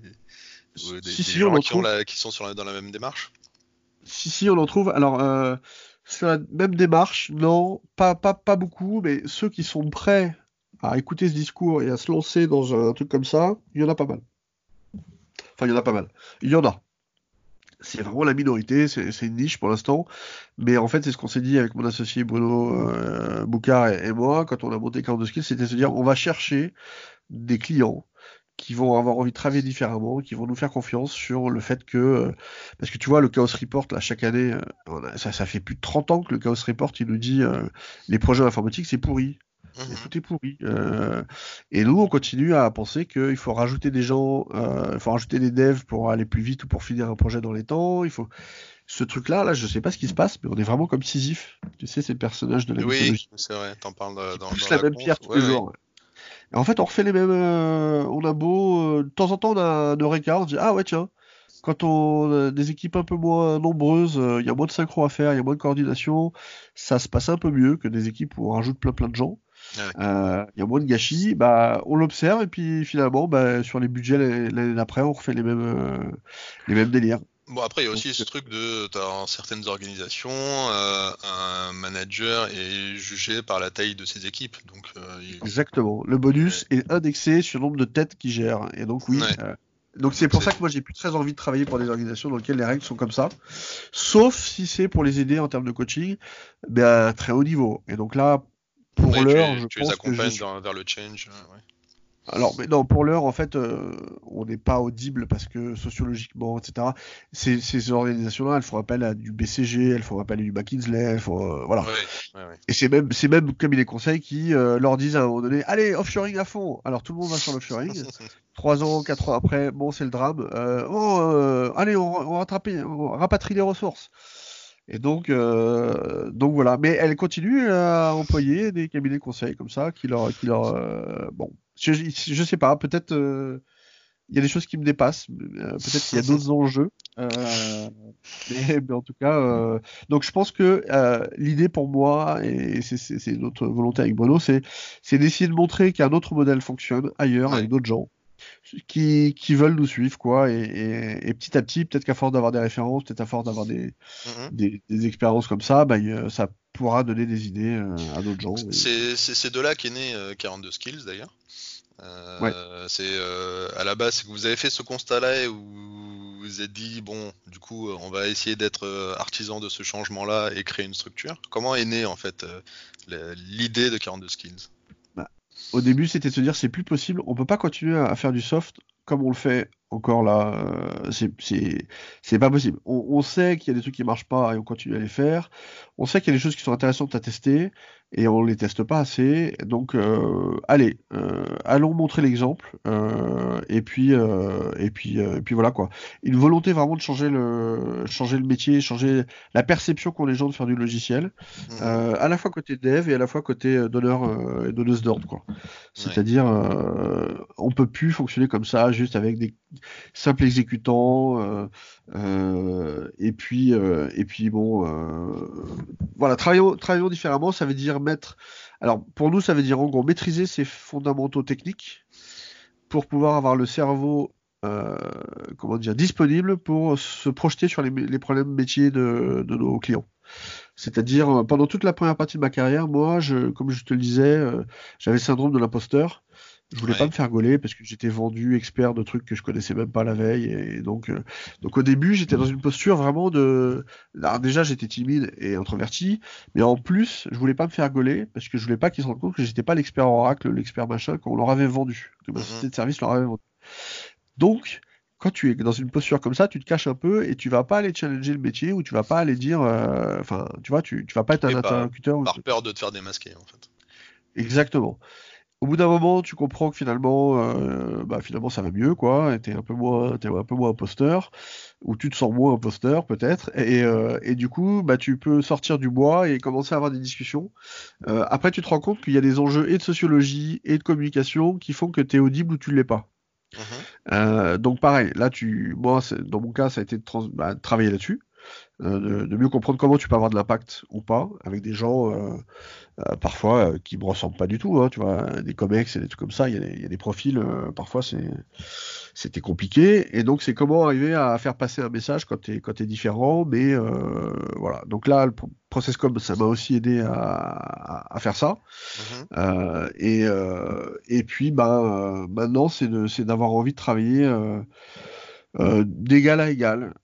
des Si, on gens en trouve. qui sont dans la même démarche? Si, on en trouve. Alors, sur la même démarche, non, pas beaucoup, mais ceux qui sont prêts à écouter ce discours et à se lancer dans un truc comme ça, il y en a pas mal. Enfin, il y en a pas mal. Il y en a. C'est vraiment la minorité, c'est une niche pour l'instant. Mais en fait, c'est ce qu'on s'est dit avec mon associé Bruno Boucard et moi quand on a monté 42 Skills, c'était de se dire on va chercher des clients qui vont avoir envie de travailler différemment, qui vont nous faire confiance sur le fait que, parce que tu vois, le Chaos Report, là, chaque année, ça fait plus de 30 ans que le Chaos Report, il nous dit, les projets informatiques, c'est pourri. Mais Mhm. tout est pourri. Et nous, on continue à penser qu'il faut rajouter des gens, il faut rajouter des devs pour aller plus vite ou pour finir un projet dans les temps. Il faut ce truc-là, là, je sais pas ce qui se passe, mais on est vraiment comme Sisyphe. Tu sais, c'est le personnage de la Oui, mythologie c'est vrai, t'en parles qui dans pousse la la même pierre conf. tous Ouais, les ouais. jours. Et en fait, on refait les mêmes. On a beau. De temps en temps, on a un eureka, on se dit, ah ouais, tiens, quand on a des équipes un peu moins nombreuses, il y a moins de synchro à faire, il y a moins de coordination, ça se passe un peu mieux que des équipes où on rajoute plein de gens. Ouais. Il y a moins de gâchis, bah, on l'observe et puis finalement, bah, sur les budgets l'année d'après, on refait les mêmes délires. Bon, après, il y a Donc, aussi ce truc dans certaines organisations, un manager est jugé par la taille de ses équipes. Donc, exactement. Le ouais. bonus est indexé sur le nombre de têtes qui gèrent. Et donc, oui. Ouais. Donc, c'est Donc, pour c'est. ça que moi, j'ai plus très envie de travailler pour des organisations dans lesquelles les règles sont comme ça. Sauf si c'est pour les aider en termes de coaching, ben, à très haut niveau. Et donc là, pour Oui, l'heure, je tu les pense que je accompagnes suis. vers le change. Ouais. Alors, mais non, pour l'heure, en fait, on n'est pas audible parce que sociologiquement, etc., ces organisations-là, elles font appel à du BCG, elles font appel à du McKinsey, voilà. Ouais, ouais, ouais. Et c'est même comme les conseils qui leur disent à un moment donné, allez, offshoring à fond. Alors tout le monde va sur l'offshoring. 3 ans, 4 ans après, bon, c'est le drame. Allez, on rapatrie les ressources. Et donc voilà. Mais elle continue à employer des cabinets de conseil comme ça, bon, je sais pas. Peut-être il y a des choses qui me dépassent. Peut-être qu'il y a d'autres enjeux. Euh, mais en tout cas, donc je pense que l'idée pour moi, et c'est notre volonté avec Bruno, c'est d'essayer de montrer qu'un autre modèle fonctionne ailleurs Ouais. avec d'autres gens qui veulent nous suivre, quoi. Et petit à petit, peut-être qu'à force d'avoir des références, peut-être à force d'avoir Mhm. des expériences comme ça, bah, ça pourra donner des idées à d'autres Donc, gens. c'est de là qu'est né 42 Skills d'ailleurs. Ouais. C'est à la base, c'est que vous avez fait ce constat-là et vous vous êtes dit, bon, du coup, on va essayer d'être artisan de ce changement-là et créer une structure. Comment est née en fait l'idée de 42 Skills? Bah, au début, c'était de se dire c'est plus possible, on peut pas continuer à faire du soft comme on le fait encore là. C'est pas possible. On sait qu'il y a des trucs qui marchent pas et on continue à les faire. On sait qu'il y a des choses qui sont intéressantes à tester et on les teste pas assez. Donc, allez, allons montrer l'exemple. Et puis voilà quoi. Une volonté vraiment de changer le métier, changer la perception qu'ont les gens de faire du logiciel Mhm. à la fois côté dev et à la fois côté donneur et donneuse d'ordre, quoi. Ouais. C'est-à-dire, on peut plus fonctionner comme ça, juste avec simple exécutant, et puis bon, voilà, travaillons différemment, ça veut dire mettre, alors pour nous, ça veut dire en gros maîtriser ses fondamentaux techniques pour pouvoir avoir le cerveau, euh, comment dire, disponible pour se projeter sur les problèmes métiers de nos clients. C'est-à-dire, pendant toute la première partie de ma carrière, moi, comme je te le disais, j'avais le syndrome de l'imposteur. Je voulais pas Ouais. me faire gauler parce que j'étais vendu expert de trucs que je connaissais même pas la veille. Et donc au début, j'étais dans une posture vraiment de. Alors déjà, j'étais timide et introverti, mais en plus, je voulais pas me faire gauler parce que je voulais pas qu'ils se rendent compte que j'étais pas l'expert Oracle, l'expert machin qu'on leur avait vendu, que ma Mhm. société de service leur avait vendu. Donc, quand tu es dans une posture comme ça, tu te caches un peu et tu vas pas aller challenger le métier ou tu vas pas aller dire, enfin, tu vois, tu vas pas être un Oui, interlocuteur. par peur de te faire démasquer, en fait. Exactement. Au bout d'un moment, tu comprends que finalement, finalement, ça va mieux, quoi. Et t'es un peu moins imposteur, ou tu te sens moins imposteur, peut-être. Et du coup, bah, tu peux sortir du bois et commencer à avoir des discussions. Après, tu te rends compte qu'il y a des enjeux et de sociologie et de communication qui font que tu es audible ou tu l'es pas. Mhm. Donc pareil, là, moi, dans mon cas, ça a été de travailler là-dessus, de mieux comprendre comment tu peux avoir de l'impact ou pas avec des gens. Parfois qui me ressemblent pas du tout, hein, tu vois, des comex et des trucs comme ça, il y a des profils, parfois c'était compliqué, et donc c'est comment arriver à faire passer un message quand t'es différent, mais voilà. Donc là, le process com, ça m'a aussi aidé à faire ça, Mhm. et puis maintenant c'est d'avoir envie de travailler d'égal à égal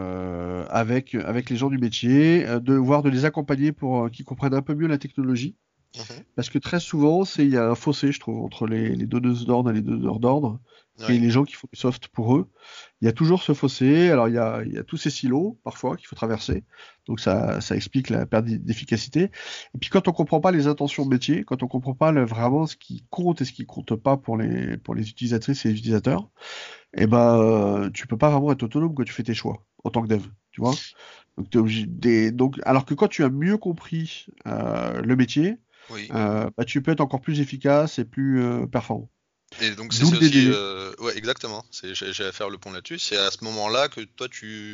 avec les gens du métier, de les accompagner pour qu'ils comprennent un peu mieux la technologie. Mhm. Parce que très souvent, il y a un fossé, je trouve, entre les donneuses d'ordre et les donneurs d'ordre, et Ouais. les gens qui font du soft pour eux. Il y a toujours ce fossé. Alors, il y a tous ces silos, parfois, qu'il faut traverser. Donc, ça explique la perte d'efficacité. Et puis, quand on comprend pas les intentions métier, quand on comprend pas vraiment ce qui compte et ce qui compte pas pour les utilisatrices et les utilisateurs, eh ben, tu peux pas vraiment être autonome quand tu fais tes choix, en tant que dev, tu vois. Donc, alors que quand tu as mieux compris le métier, Oui. bah, tu peux être encore plus efficace et plus performant. Et donc D'où c'est le aussi, DDD. ouais, exactement. J'ai à faire le pont là-dessus. C'est à ce moment-là que toi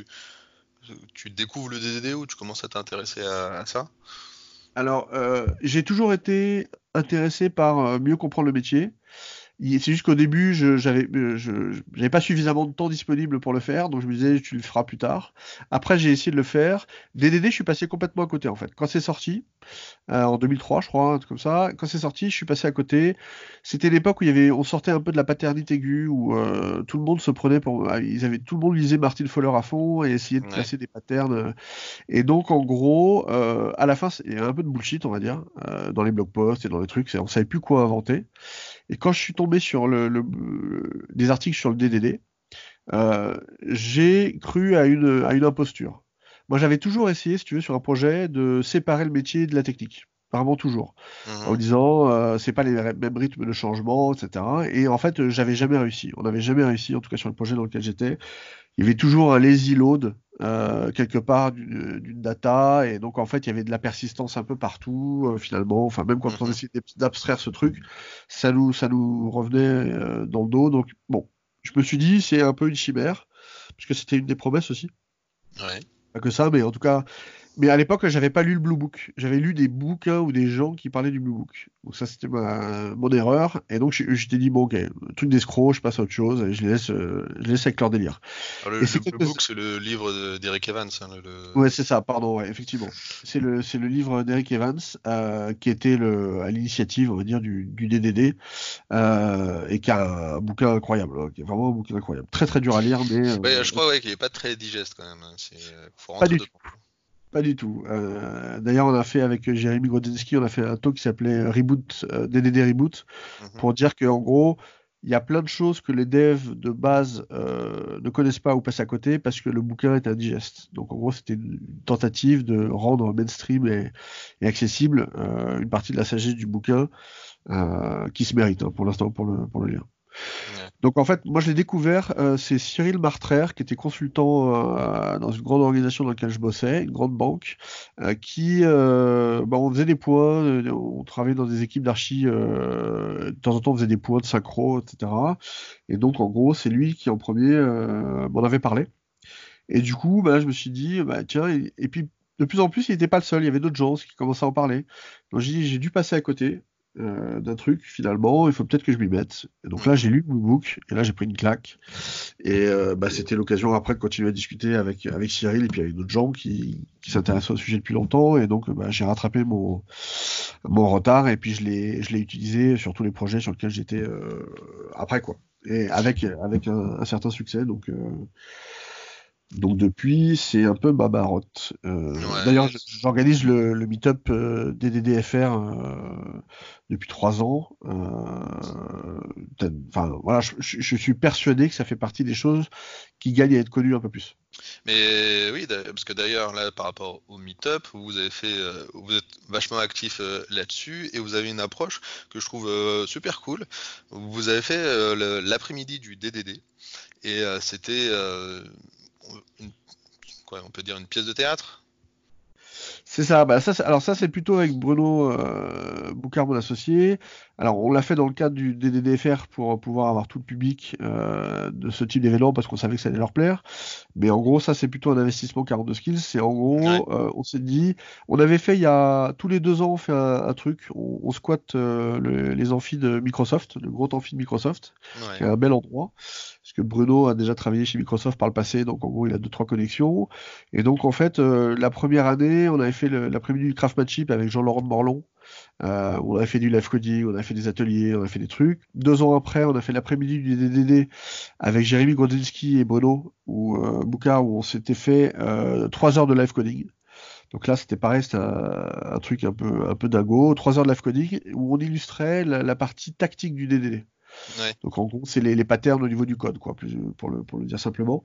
tu découvres le DDD ou tu commences à t'intéresser à ça. Alors, j'ai toujours été intéressé par mieux comprendre le métier. C'est juste qu'au début, j'avais pas suffisamment de temps disponible pour le faire, donc je me disais, tu le feras plus tard. Après, j'ai essayé de le faire. DDD, je suis passé complètement à côté, en fait. Quand c'est sorti, en 2003, je crois, un truc comme ça. Quand c'est sorti, je suis passé à côté. C'était l'époque où on sortait un peu de la paternité aiguë, où tout le monde se prenait pour, tout le monde lisait Martin Fowler à fond et essayait de Ouais. placer des patterns. Et donc, en gros, à la fin, il y a un peu de bullshit, on va dire, dans les blog posts et dans les trucs. On savait plus quoi inventer. Et quand je suis tombé sur des articles sur le DDD, j'ai cru à une imposture. Moi, j'avais toujours essayé, si tu veux, sur un projet, de séparer le métier de la technique. Vraiment toujours. En Mhm. disant, c'est pas les mêmes rythmes de changement, etc. Et en fait, j'avais jamais réussi. On n'avait jamais réussi, en tout cas sur le projet dans lequel j'étais. Il y avait toujours un lazy load quelque part d'une data. Et donc, en fait, il y avait de la persistance un peu partout, finalement. Enfin, même quand on Mhm. essayait d'abstraire ce truc, ça nous revenait dans le dos. Donc, bon, je me suis dit, c'est un peu une chimère, parce que c'était une des promesses aussi. Ouais. Pas que ça, mais en tout cas, mais à l'époque, j'avais pas lu le Blue Book. J'avais lu des bouquins ou des gens qui parlaient du Blue Book. Donc ça, c'était mon erreur. Et donc, je t'ai dit, bon, ok, truc d'escroc, je passe à autre chose et je les laisse avec leur délire. Alors, Et le c'est Blue Book, c'est le livre d'Eric Evans, hein, Ouais, c'est ça, pardon, ouais, effectivement. C'est le livre d'Eric Evans, qui était à l'initiative, on va dire, du DDD, et qui a un bouquin incroyable, hein, qui est vraiment un bouquin incroyable. Très très dur à lire, mais Ouais, je crois ouais, qu'il est pas très digeste quand même, hein. Faut pas rentrer du tout. dedans. Pas du tout. D'ailleurs, on a fait avec Jérémy Grodzinski, on a fait un talk qui s'appelait Reboot, DDD Reboot, Mhm. pour dire qu'en gros, il y a plein de choses que les devs de base ne connaissent pas ou passent à côté parce que le bouquin est indigeste. Donc en gros, c'était une tentative de rendre mainstream et accessible une partie de la sagesse du bouquin qui se mérite, hein, pour l'instant pour le lire. Ouais. Donc en fait, moi je l'ai découvert, c'est Cyril Martraire, qui était consultant dans une grande organisation dans laquelle je bossais, une grande banque, on faisait des points, on travaillait dans des équipes d'archi, de temps en temps on faisait des points de synchro, etc. Et donc en gros, c'est lui qui en premier m'en avait parlé. Et du coup, bah, je me suis dit, bah tiens, et puis de plus en plus, il n'était pas le seul, il y avait d'autres gens qui commençaient à en parler. Donc j'ai dû passer à côté d'un truc, finalement, il faut peut-être que je m'y mette. Et donc là, Mhm. j'ai lu le book, et là, j'ai pris une claque. Et bah, c'était l'occasion après de continuer à discuter avec Cyril et puis avec d'autres gens qui s'intéressent au sujet depuis longtemps. Et donc, bah, j'ai rattrapé mon retard, et puis je l'ai utilisé sur tous les projets sur lesquels j'étais après, quoi. Et avec un certain succès, donc depuis, c'est un peu ma marotte. D'ailleurs, Ouais. j'organise le meet-up DDDFR depuis 3 ans. Enfin, voilà, je suis persuadé que ça fait partie des choses qui gagnent à être connues un peu plus. Mais oui, parce que d'ailleurs, là, par rapport au meet-up, vous êtes vachement actif là-dessus et vous avez une approche que je trouve super cool. Vous avez fait l'après-midi du DDD et c'était une, quoi, on peut dire une pièce de théâtre? C'est ça, bah alors ça c'est plutôt avec Bruno Boucard, mon associé. Alors on l'a fait dans le cadre du DDDFR pour pouvoir avoir tout le public de ce type d'événement parce qu'on savait que ça allait leur plaire. Mais en gros, ça, c'est plutôt un investissement 42 skills. C'est en Ouais, gros, on s'est dit, on avait fait il y a tous les 2 ans, on fait un truc, on squatte les amphis de Microsoft, le gros amphi de Microsoft, qui ouais. est un bel endroit. Parce que Bruno a déjà travaillé chez Microsoft par le passé, donc en gros, il a 2, 3 connexions. Et donc, en fait, la première année, on avait fait l'après-midi du Craftmanship avec Jean-Laurent de Morlon. On avait fait du live coding, on a fait des ateliers, on a fait des trucs. 2 ans après, on a fait l'après-midi du DDD avec Jérémy Grodzinski et Bruno Boucard, où on s'était fait 3 heures de live coding. Donc là, c'était pareil, c'était un truc un peu dingo. 3 heures de live coding où on illustrait la partie tactique du DDD. Ouais. Donc en gros, c'est les patterns au niveau du code, quoi, pour le dire simplement.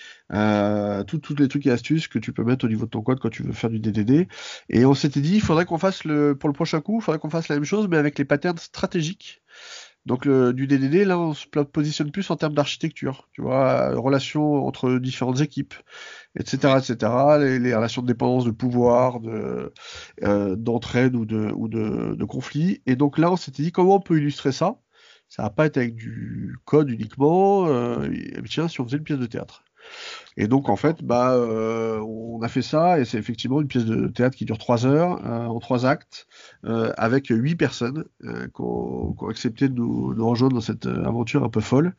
Tous les trucs et astuces que tu peux mettre au niveau de ton code quand tu veux faire du DDD. Et on s'était dit, il faudrait qu'on fasse pour le prochain coup, il faudrait qu'on fasse la même chose, mais avec les patterns stratégiques. Donc du DDD, là, on se positionne plus en termes d'architecture, tu vois, relations entre différentes équipes, Oui. etc., etc., les relations de dépendance, de pouvoir, d'entraide ou de conflit. Et donc là, on s'était dit, comment on peut illustrer ça? Ça va pas être avec du code uniquement. Et tiens, si on faisait une pièce de théâtre. Et donc en D'accord. fait, bah, on a fait ça et c'est effectivement une pièce de théâtre qui dure 3 heures en 3 actes avec 8 personnes qui ont accepté de nous rejoindre dans cette aventure un peu folle.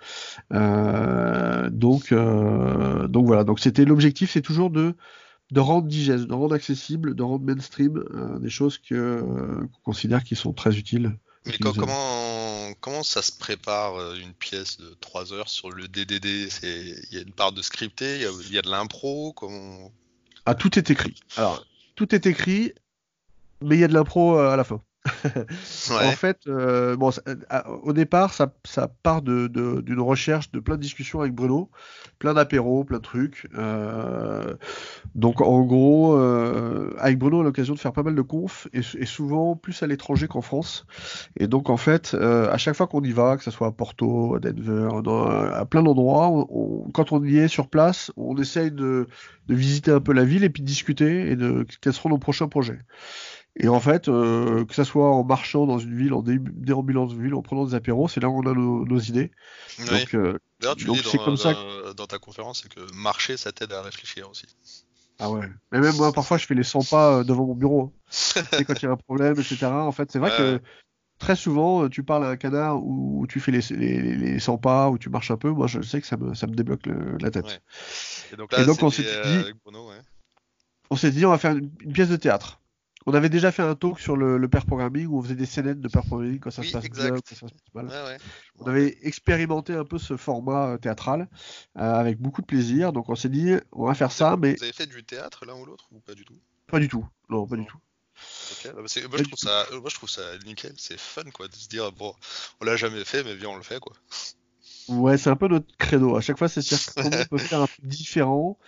Donc voilà. Donc c'était l'objectif, c'est toujours de rendre digeste, de rendre accessible, de rendre mainstream des choses qu'on considère qui sont très utiles et Mais qui nous aident. comment ça se prépare une pièce de 3 heures sur le DDD? Il y a une part de scripté, il y a de l'impro, comment? Ah, tout est écrit. Alors, tout est écrit, mais il y a de l'impro à la fin. En Ouais, fait, bon, au départ, ça part d'une recherche, de plein de discussions avec Bruno, plein d'apéros, plein de trucs. Donc, en gros, avec Bruno, on a l'occasion de faire pas mal de confs, et souvent plus à l'étranger qu'en France. Et donc, en fait, à chaque fois qu'on y va, que ce soit à Porto, à Denver, à plein d'endroits, quand on y est sur place, on essaye de visiter un peu la ville et puis de discuter et de quels seront nos prochains projets. Et en fait, que ça soit en marchant dans une ville, en déambulant dans une ville, en prenant des apéros, c'est là où on a nos idées. oui. Donc, D'ailleurs, tu le dis donc c'est comme ça. dans ta conférence, c'est que marcher, ça t'aide à réfléchir aussi. Ah ouais. Mais même moi, parfois, je fais les 100 pas devant mon bureau, hein. Tu sais, quand il y a un problème, etc. En fait, c'est vrai Ouais, que très souvent, tu parles à un canard ou tu fais les 100 pas, ou tu marches un peu. Moi, je sais que ça me débloque la ouais. tête. Et donc Et là, donc, on c'était s'était dit, avec Bruno, ouais. on s'est dit, on va faire une pièce de théâtre. On avait déjà fait un talk sur le pair programming où on faisait des scénettes de pair programming quand ça se Oui, passe bien, quand exact. ça se passe mal. Ouais, ouais, je me On rappelle. avait expérimenté un peu ce format théâtral avec beaucoup de plaisir. Donc on s'est dit, on va faire ça, mais Vous avez fait du théâtre l'un ou l'autre ou pas du tout? pas du tout. Non, pas du Non. tout. Ok. Bah, Pas du tout. moi je trouve ça nickel, c'est fun quoi, de se dire bon, on l'a jamais fait, mais viens on le fait quoi. Ouais, c'est un peu notre credo. À chaque fois, c'est dire comment on peut faire un truc différent.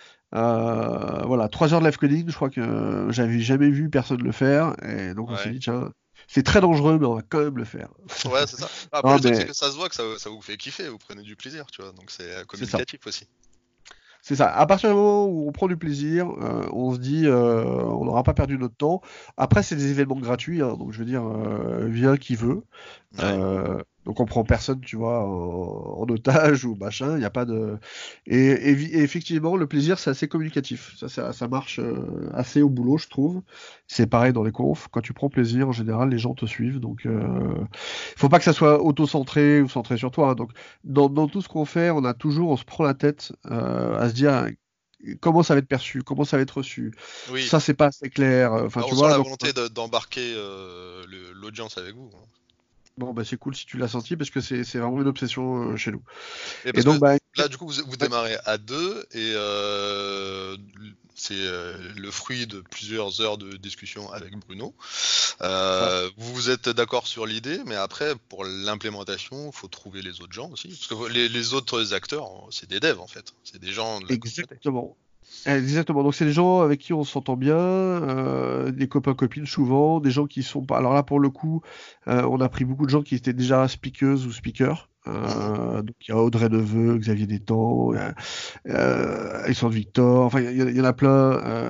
Voilà, 3 heures de live coding, je crois que j'avais jamais vu personne le faire. Et donc on s'est Ouais. dit, tiens, c'est très dangereux, mais on va quand même le faire. Ouais, c'est ça. Après, Non, le truc, c'est mais que ça se voit que ça vous fait kiffer, vous prenez du plaisir, tu vois. Donc c'est c'est ça. communicatif aussi. C'est ça. À partir du moment où on prend du plaisir, on se dit, on n'aura pas perdu notre temps. Après, c'est des événements gratuits, hein, donc je veux dire, vient qui veut. Ouais. Donc on prend personne, tu vois, en otage ou machin. Il n'y a pas de. Et effectivement, le plaisir, c'est assez communicatif. Ça marche assez au boulot, je trouve. C'est pareil dans les confs. Quand tu prends plaisir, en général, les gens te suivent. Donc, faut pas que ça soit auto-centré ou centré sur toi, hein. Donc, dans tout ce qu'on fait, on se prend la tête à se dire comment ça va être perçu, comment ça va être reçu. Oui. Ça, c'est pas assez clair. Enfin, Bah, tu on sent vois. la Donc, volonté d'embarquer l'audience avec vous, hein. bon, bah, c'est cool si tu l'as senti parce que c'est vraiment une obsession chez nous. Et Et parce que donc, bah, là, du coup, vous ouais, démarrez à deux et c'est le fruit de plusieurs heures de discussion avec Bruno. ouais. Vous vous êtes d'accord sur l'idée, mais après, pour l'implémentation, il faut trouver les autres gens aussi. Parce que les autres acteurs, c'est des devs en fait. C'est des gens de la communauté. Exactement. Exactement. Donc, c'est des gens avec qui on s'entend bien, des copains-copines souvent, des gens qui sont pas. Alors là, pour le coup, on a pris beaucoup de gens qui étaient déjà speakers ou speakers. Mhm. Donc, il y a Audrey Neveu, Xavier Deschamps, Alexandre Victor, enfin, il y en a plein.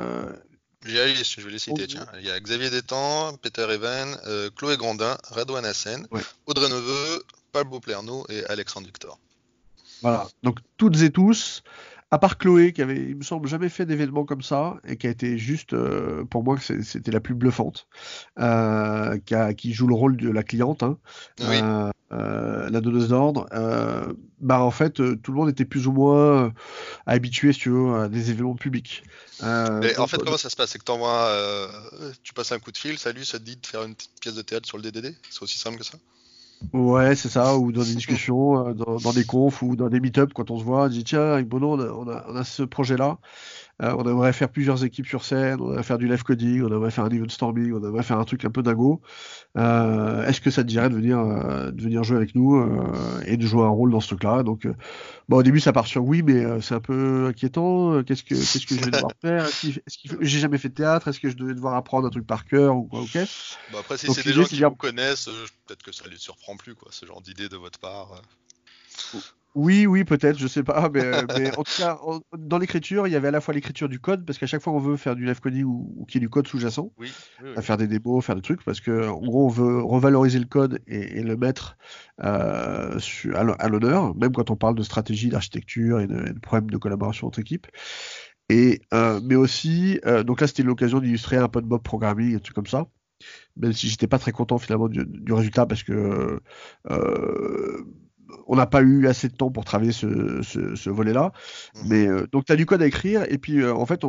Je vais les citer, tiens. Il y a Xavier Détang, Peter Even, Chloé Grandin, Redouane Hassen, Ouais. Audrey Neveu, Pablo Plerno et Alexandre Victor. Voilà, donc toutes et tous, à part Chloé qui avait, il me semble, jamais fait d'événement comme ça et qui a été juste, pour moi, c'était la plus bluffante, qui joue le rôle de la cliente, hein, Oui. la donneuse d'ordre. Bah en fait, tout le monde était plus ou moins habitué, si tu veux, à des événements publics. Et en Donc, fait, comment ça se passe? C'est que tu passes un coup de fil, salut, ça te dit de faire une petite pièce de théâtre sur le DDD? C'est aussi simple que ça? ouais, c'est ça, ou dans des discussions, dans des confs ou dans des meet-up, quand on se voit, on dit tiens, avec Bono, on a ce projet-là. On aimerait faire plusieurs équipes sur scène, on aimerait faire du live coding, on aimerait faire un event storming, on aimerait faire un truc un peu dingo. Est-ce que ça te dirait de venir jouer avec nous et de jouer un rôle dans ce truc-là? Donc, bon, au début, ça part sur oui, mais c'est un peu inquiétant. Qu'est-ce que je vais devoir faire? J'ai jamais fait de théâtre. Est-ce que je devais devoir apprendre un truc par cœur ou quoi? Ok. Bah après, si c'est Donc des l'idée, gens c'est de qui dire vous connaissent, peut-être que ça les surprend plus, quoi, ce genre d'idée de votre part. oui, oui, peut-être, je sais pas, mais en tout cas, dans l'écriture, il y avait à la fois l'écriture du code, parce qu'à chaque fois on veut faire du live coding ou qu'il y ait du code sous-jacent, Oui, oui, à oui. faire des démos, faire des trucs, parce que en gros, on veut revaloriser le code et le mettre à l'honneur, même quand on parle de stratégie, d'architecture et de problèmes de collaboration entre équipes. Mais aussi, donc là, c'était l'occasion d'illustrer un peu de mob programming et des trucs comme ça, même si j'étais pas très content finalement du résultat, parce que euh, on n'a pas eu assez de temps pour travailler ce volet-là. Mhm. Mais donc tu as du code à écrire et puis en fait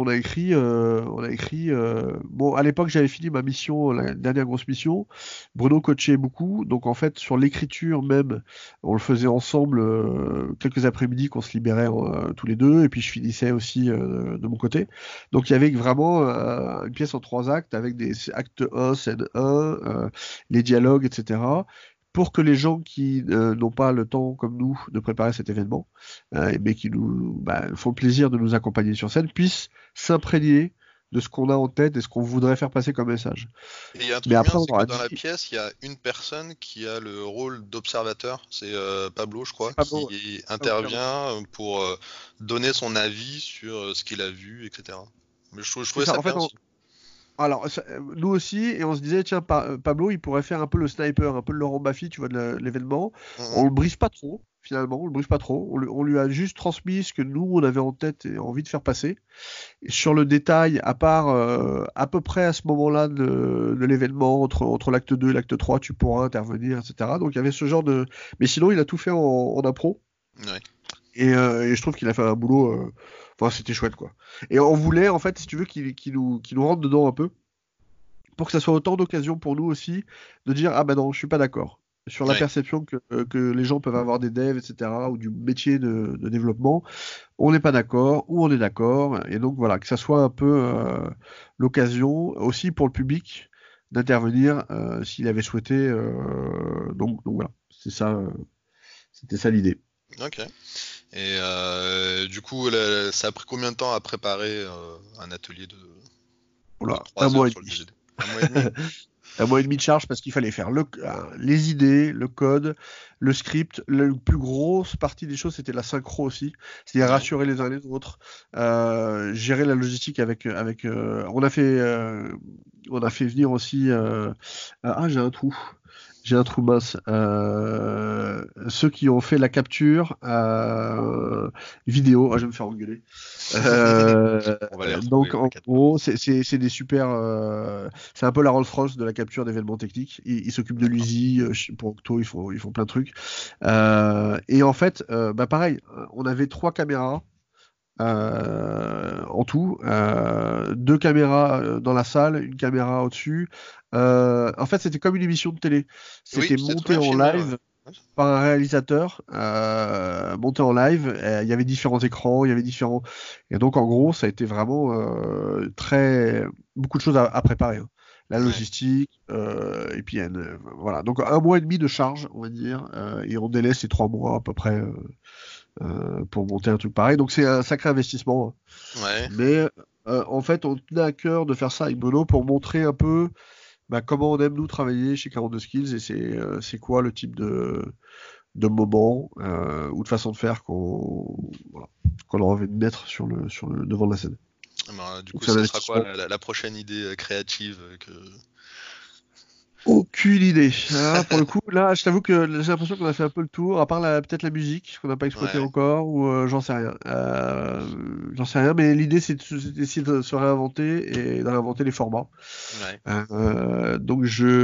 bon à l'époque j'avais fini ma mission, la dernière grosse mission. Bruno coachait beaucoup, donc en fait sur l'écriture même, on le faisait ensemble quelques après-midi qu'on se libérait tous les deux et puis je finissais aussi de mon côté. Donc il y avait vraiment une pièce en 3 actes avec des actes 1, scène 1, les dialogues, etc. Pour que les gens qui n'ont pas le temps, comme nous, de préparer cet événement, mais qui nous font le plaisir de nous accompagner sur scène, puissent s'imprégner de ce qu'on a en tête et ce qu'on voudrait faire passer comme message. Et il y a un Mais truc bien, après, on c'est que aura dans la dit, pièce, il y a une personne qui a le rôle d'observateur, c'est Pablo, je crois, c'est pas bon, qui c'est pas bon, clairement. intervient pour donner son avis sur ce qu'il a vu, etc. Mais je C'est trouvais ça. ça En bien fait, aussi. alors, nous aussi, et on se disait, tiens, Pablo, il pourrait faire un peu le sniper, un peu le Laurent Baffy, tu vois, de l'événement. Mhm. On le brise pas trop, finalement, on le brise pas trop. On lui a juste transmis ce que nous, on avait en tête et envie de faire passer. Et sur le détail, à part à peu près à ce moment-là de l'événement, entre l'acte 2 et l'acte 3, tu pourras intervenir, etc. Donc il y avait ce genre de. Mais sinon, il a tout fait en impro. Ouais. Et je trouve qu'il a fait un boulot. Enfin, c'était chouette, quoi. Et on voulait, en fait, si tu veux, qu'il nous rentre dedans un peu pour que ça soit autant d'occasions pour nous aussi de dire ah ben non, je suis pas d'accord sur la Ouais. perception que les gens peuvent avoir des devs, etc., ou du métier de développement. On n'est pas d'accord ou on est d'accord. Et donc voilà, que ça soit un peu l'occasion aussi pour le public d'intervenir s'il avait souhaité. Donc voilà, c'était ça l'idée. Ok. Et du coup, ça a pris combien de temps à préparer un atelier de Voilà, un 3 heures mois et sur le demi. DGD? Un mois et demi? Un mois et demi de charge parce qu'il fallait faire les idées, le code, le script. La plus grosse partie des choses, c'était la synchro aussi. C'est-à-dire Ouais. rassurer les uns les autres, gérer la logistique on a fait venir aussi, j'ai un trou. J'ai un trou mince. Ceux qui ont fait la capture vidéo, je vais me faire engueuler. On va les retrouver, Donc en t'inquiète pas. gros, c'est des super. C'est un peu la Rolls-Royce de la capture d'événements techniques. Ils s'occupent de D'accord. l'USI, pour Octo, ils font plein de trucs. Et en fait, pareil, on avait 3 caméras. En tout, 2 caméras dans la salle, une caméra au-dessus. En fait, c'était comme une émission de télé. Oui, C'était c'est monté trouvé un en film, ouais. live par un réalisateur, monté en live. Il y avait différents écrans, il y avait différents. Et donc, en gros, ça a été vraiment beaucoup de choses à préparer, hein. La Ouais. logistique, et puis voilà. Donc, un mois et demi de charge, on va dire, et on délaisse les 3 mois à peu près. Pour monter un truc pareil. Donc c'est un sacré investissement, hein. Ouais. Mais en fait, on tenait à cœur de faire ça avec Bono pour montrer un peu comment on aime nous travailler chez 42 Skills et c'est quoi le type de moment ou de façon de faire voilà, qu'on a envie de mettre sur le devant de la scène. Ben, du Donc coup, c'est un ça sera quoi investissement. la prochaine idée créative que... Aucune idée. Ah, pour le coup, là, je t'avoue que j'ai l'impression qu'on a fait un peu le tour, à part peut-être la musique qu'on n'a pas exploité Ouais. encore, ou j'en sais rien. J'en sais rien, mais l'idée c'est d'essayer de se réinventer et de réinventer les formats. Ouais. Donc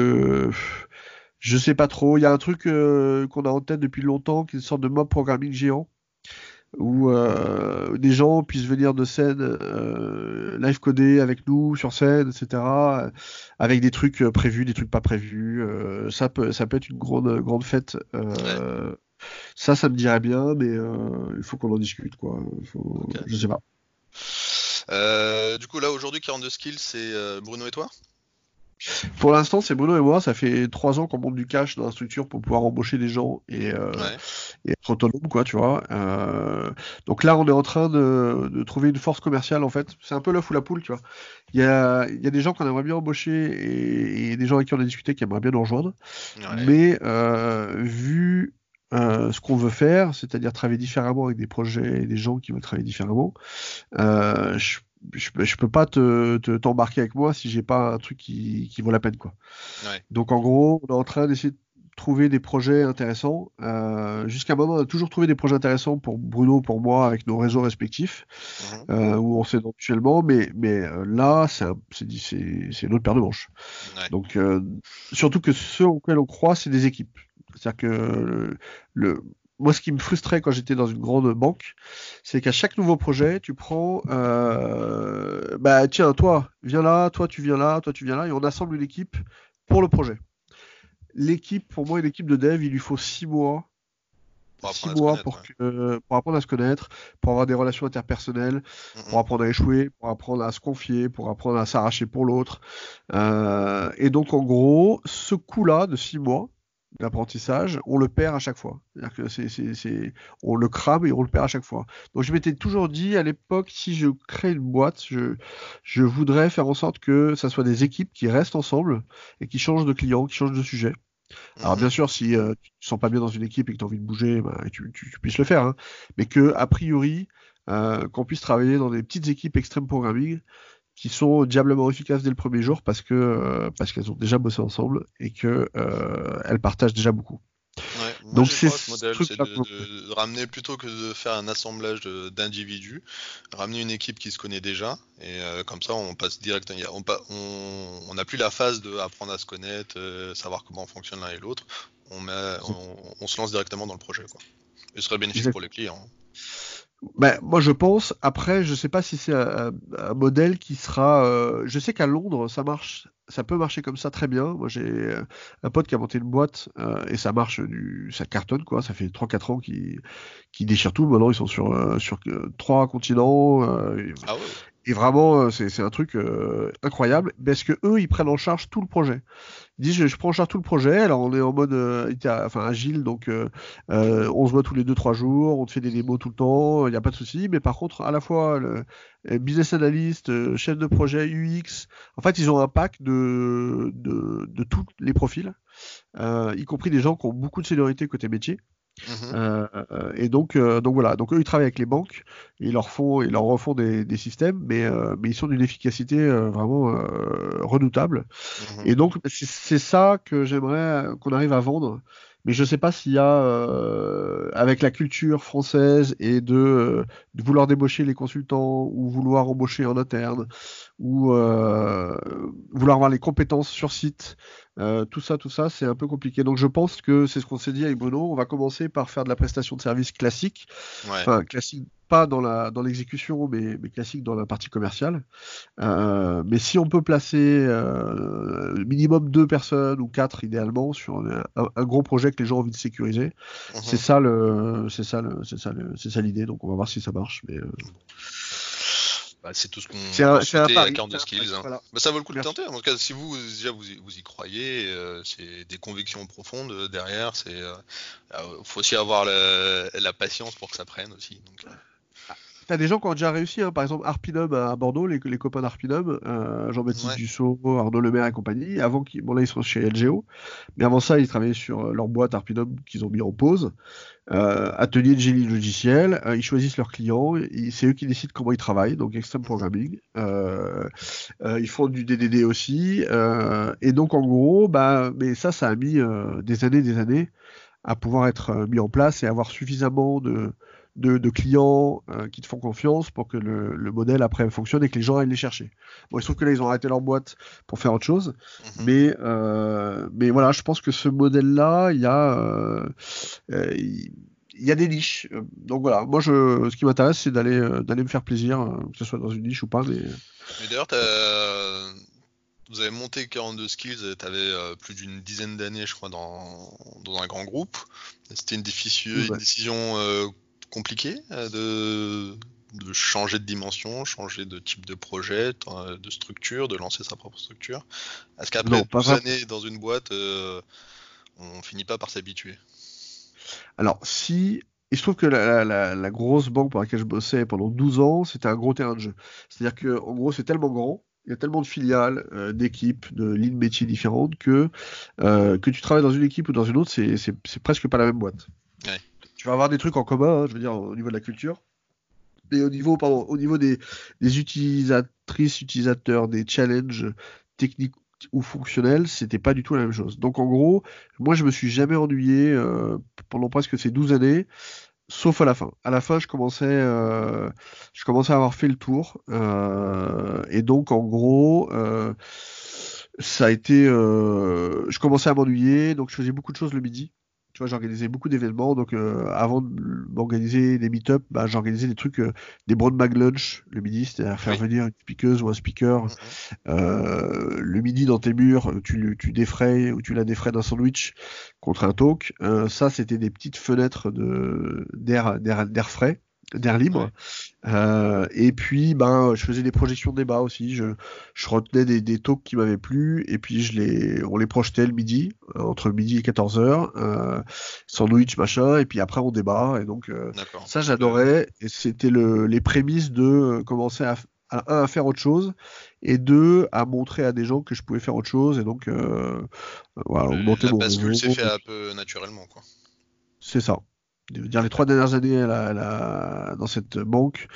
je sais pas trop. Il y a un truc qu'on a en tête depuis longtemps, qui est une sorte de mob programming géant où des gens puissent venir de scène live coder avec nous sur scène, etc. Avec des trucs prévus, des trucs pas prévus. Ça peut être une grande fête. Ouais. Ça me dirait bien, mais il faut qu'on en discute, quoi. Ok. Je sais pas. Du coup, là, aujourd'hui, 42 skills, c'est Bruno et toi? Pour l'instant, c'est Bruno et moi. Ça fait 3 ans qu'on monte du cash dans la structure pour pouvoir embaucher des gens Ouais. et être autonome, quoi, tu vois. Donc là, on est en train de trouver une force commerciale, en fait. C'est un peu l'œuf ou la poule, tu vois. Il y a des gens qu'on aimerait bien embaucher et des gens avec qui on a discuté qui aimeraient bien nous rejoindre. Ouais. Mais vu ce qu'on veut faire, c'est-à-dire travailler différemment avec des projets et des gens qui veulent travailler différemment, euh, je, je peux pas t'embarquer avec moi si j'ai pas un truc qui vaut la peine, quoi. Ouais. Donc en gros, on est en train d'essayer de trouver des projets intéressants. Jusqu'à maintenant, on a toujours trouvé des projets intéressants pour Bruno, pour moi, avec nos réseaux respectifs, Mhm. où on s'aide mutuellement, mais là, c'est une autre paire de manches. Ouais. Donc, surtout que ceux auxquels on croit, c'est des équipes. C'est-à-dire que le- moi, ce qui me frustrait quand j'étais dans une grande banque, c'est qu'à chaque nouveau projet, tu prends, tiens, toi, viens là, toi, tu viens là, toi, tu viens là, et on assemble une équipe pour le projet. L'équipe, pour moi, une équipe de dev, il lui faut 6 mois. Pour Six apprendre à se mois connaître, pour ouais. pour apprendre à se connaître, pour avoir des relations interpersonnelles, pour Mhm. apprendre à échouer, pour apprendre à se confier, pour apprendre à s'arracher pour l'autre. Et donc, en gros, ce coup-là de 6 mois d'apprentissage, on le perd à chaque fois. C'est-à-dire que on le crame et on le perd à chaque fois. Donc, je m'étais toujours dit à l'époque, si je crée une boîte, je voudrais faire en sorte que ça soit des équipes qui restent ensemble et qui changent de clients, qui changent de sujet. Alors bien Mhm. sûr, si tu te sens pas bien dans une équipe et que tu as envie de bouger, tu puisses le faire, hein. Mais que a priori, qu'on puisse travailler dans des petites équipes extreme programming qui sont diablement efficaces dès le premier jour parce qu'elles ont déjà bossé ensemble et que elles partagent déjà beaucoup. Ouais, moi Donc j'aime c'est pas ce ce modèle, c'est truc-là. de ramener plutôt que de faire un assemblage d'individus, ramener une équipe qui se connaît déjà, et comme ça on passe direct, on n'a plus la phase de apprendre à se connaître, savoir comment fonctionne l'un et l'autre, on se lance directement dans le projet, quoi. Et ce serait bénéfique pour les clients, hein. Moi, je pense. Après, je sais pas si c'est un modèle qui sera. Je sais qu'à Londres, ça marche, ça peut marcher comme ça très bien. Moi, j'ai un pote qui a monté une boîte et ça marche, ça cartonne quoi. Ça fait 3 4 ans qu'ils déchirent tout. Maintenant, ils sont sur 3 continents. Ah ouais, Et vraiment, c'est un truc incroyable parce que eux, ils prennent en charge tout le projet. Ils disent, je prends en charge tout le projet. Alors, on est en mode agile, donc on se voit tous les 2 3 jours, on te fait des démos tout le temps, il n'y a pas de souci. Mais par contre, à la fois business analyst, chef de projet UX. En fait, ils ont un pack de tous les profils, y compris des gens qui ont beaucoup de seniorité côté métier. Et donc voilà. Donc eux, ils travaillent avec les banques, et ils leur refont des systèmes, mais ils sont d'une efficacité vraiment redoutable. Et donc, c'est ça que j'aimerais qu'on arrive à vendre. Mais je sais pas s'il y a, avec la culture française et de vouloir débaucher les consultants ou vouloir embaucher en interne ou vouloir avoir les compétences sur site, tout ça, c'est un peu compliqué. Donc, je pense que c'est ce qu'on s'est dit avec Bruno. On va commencer par faire de la prestation de service classique. Ouais. Enfin, classique pas dans l'exécution, mais classique dans la partie commerciale. Mais si on peut placer minimum 2 personnes ou 4 idéalement sur un gros projet que les gens ont envie de sécuriser, c'est ça l'idée. Donc on va voir si ça marche. Mais bah, c'est tout ce qu'on c'est peut un souhaiter à pari. 42 skills. Hein. Voilà. Bah, ça vaut le coup de Merci. tenter. En tout cas, si vous déjà vous y croyez, c'est des convictions profondes derrière. C'est faut aussi avoir la patience pour que ça prenne aussi. Donc, T'as des gens qui ont déjà réussi, hein. Par exemple Arpinum à Bordeaux, les copains d'Arpinum, Jean-Baptiste ouais. Dussault, Arnaud Lemaire et compagnie. Bon là ils sont chez LGO, mais avant ça ils travaillaient sur leur boîte Arpinum qu'ils ont mis en pause. Atelier de génie logiciel, ils choisissent leurs clients, c'est eux qui décident comment ils travaillent, donc Extreme Programming. Ils font du DDD aussi, et donc en gros, mais ça a mis des années à pouvoir être mis en place et avoir suffisamment de clients qui te font confiance pour que le modèle après fonctionne et que les gens aillent les chercher. Bon, il se trouve que là, ils ont arrêté leur boîte pour faire autre chose, mais voilà, je pense que ce modèle-là, il y a des niches. Donc voilà, moi, ce qui m'intéresse, c'est d'aller me faire plaisir, que ce soit dans une niche ou pas. Mais d'ailleurs, vous avez monté 42 skills, t'avais plus d'une dizaine d'années, je crois, dans un grand groupe. C'était une décision compliquée de changer de dimension, changer de type de projet, de structure, de lancer sa propre structure. Est-ce qu'après Non, pas 12 vraiment. années dans une boîte, on finit pas par s'habituer? Alors, si. Il se trouve que la grosse banque pour laquelle je bossais pendant 12 ans, c'était un gros terrain de jeu. C'est-à-dire que, en gros, c'est tellement grand, il y a tellement de filiales, d'équipes, de lignes métiers différentes que tu travailles dans une équipe ou dans une autre, c'est presque pas la même boîte. Ouais. Tu vas avoir des trucs en commun, hein, je veux dire, au niveau de la culture. Mais au niveau des utilisatrices, utilisateurs, des challenges techniques ou fonctionnels, c'était pas du tout la même chose. Donc en gros, moi je me suis jamais ennuyé pendant presque ces 12 années, sauf à la fin. À la fin, je commençais à avoir fait le tour. Et donc en gros, ça a été, je commençais à m'ennuyer, donc je faisais beaucoup de choses le midi. Tu vois, j'organisais beaucoup d'événements. Donc, avant de m'organiser des meet-up, j'organisais des trucs, des broad bag lunch le midi, c'est-à-dire faire Oui. venir une speakeuse ou un speaker le midi dans tes murs, tu défrayes ou tu la défraies d'un sandwich contre un talk. Ça, c'était des petites fenêtres d'air frais, d'air libre. Et puis, je faisais des projections de débat aussi. Je retenais des talks qui m'avaient plu et puis on les projetait le midi, entre midi et 14h, sandwich, machin, et puis après on débat. Et donc, D'accord. ça, j'adorais. Et c'était les prémices de commencer à faire autre chose et deux, à montrer à des gens que je pouvais faire autre chose. Et donc, voilà, augmenter La mon bascule s'est réseau. fait un peu naturellement, quoi. C'est ça. Je veux dire, les 3 dernières années dans cette banque,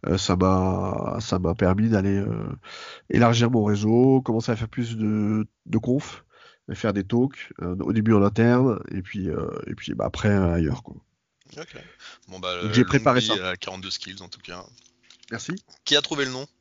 ça m'a permis d'aller élargir mon réseau, commencer à faire plus de conf, faire des talks, au début en interne, et puis après ailleurs, quoi. Ok. Bon Donc j'ai longue préparé ça. vie à 42 skills en tout cas. Merci. Qui a trouvé le nom?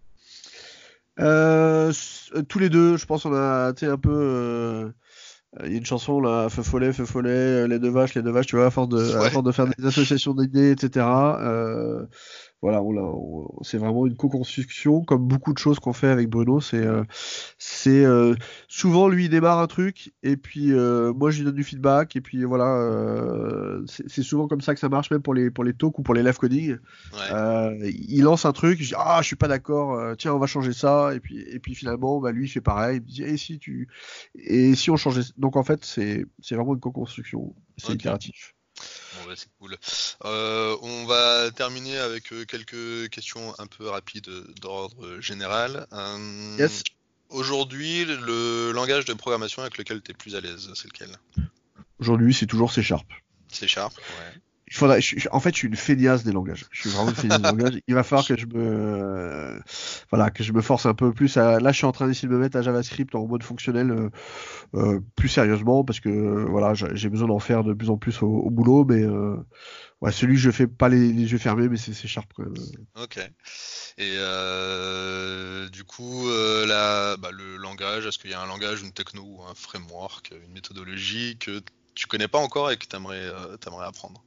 Tous les deux, je pense, on a été un peu. Il y a une chanson là, Feu follet, les deux vaches, tu vois, à Ouais. force de faire des associations d'idées, etc. Voilà, c'est vraiment une co-construction, comme beaucoup de choses qu'on fait avec Bruno. C'est souvent lui il démarre un truc et puis moi je lui donne du feedback et puis voilà. C'est souvent comme ça que ça marche, même pour les talks ou pour les live coding. Ouais. Il lance un truc, je dis je suis pas d'accord, tiens on va changer ça et puis finalement lui il fait pareil, il me dit et si on changeait. Donc en fait c'est vraiment une co-construction, c'est Ok. itératif. Bon, bah, c'est cool. On va terminer avec quelques questions un peu rapides d'ordre général. Yes. Aujourd'hui, le langage de programmation avec lequel tu es plus à l'aise, c'est lequel? Aujourd'hui, c'est toujours C Sharp. C Sharp, ouais. En fait, je suis une feignasse des langages. Je suis vraiment une feignasse des langages. Il va falloir que voilà, que je me force un peu plus là, je suis en train d'essayer de me mettre à JavaScript en mode fonctionnel, plus sérieusement parce que, voilà, j'ai besoin d'en faire de plus en plus au boulot, mais, ouais, celui que je fais pas les yeux fermés, mais c'est Sharp quand même. Ok. Et du coup, le langage, est-ce qu'il y a un langage, une techno ou un framework, une méthodologie que tu connais pas encore et que t'aimerais apprendre?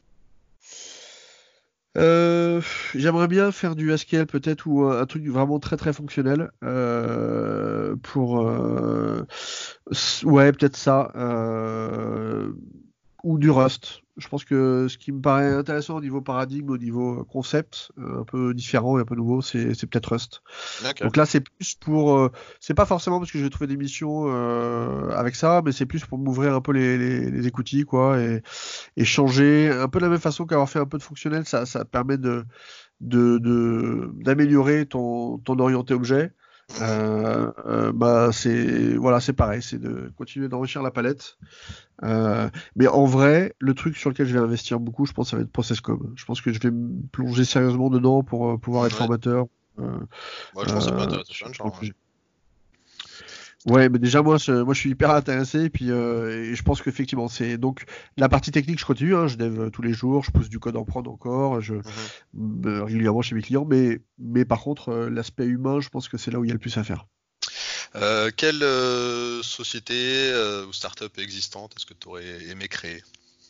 J'aimerais bien faire du SQL peut-être ou un truc vraiment très très fonctionnel, ouais, peut-être ça, ou du Rust. Je pense que ce qui me paraît intéressant au niveau paradigme, au niveau concept, un peu différent et un peu nouveau, c'est peut-être Rust. Ok. Donc là, c'est plus c'est pas forcément parce que je vais trouver des missions avec ça, mais c'est plus pour m'ouvrir un peu les écoutilles, quoi, et changer un peu de la même façon qu'avoir fait un peu de fonctionnel, ça permet d'améliorer ton orienté objet. Mhm. Bah c'est pareil, c'est de continuer d'enrichir la palette. Mais en vrai, le truc sur lequel je vais investir beaucoup, je pense, ça va être ProcessCom. Je pense que je vais me plonger sérieusement dedans pour pouvoir être Ouais. formateur. Moi, je pense que ça peut intéresser Sur plein de le gens. Ouais. sujet. Ouais, mais déjà moi je suis hyper intéressé et je pense qu'effectivement c'est donc la partie technique je continue, hein, je dev tous les jours, je pousse du code en prod encore, Mhm. régulièrement chez mes clients, mais par contre l'aspect humain, je pense que c'est là où il y a le plus à faire. Quelle société ou start-up existante est-ce que tu aurais aimé créer?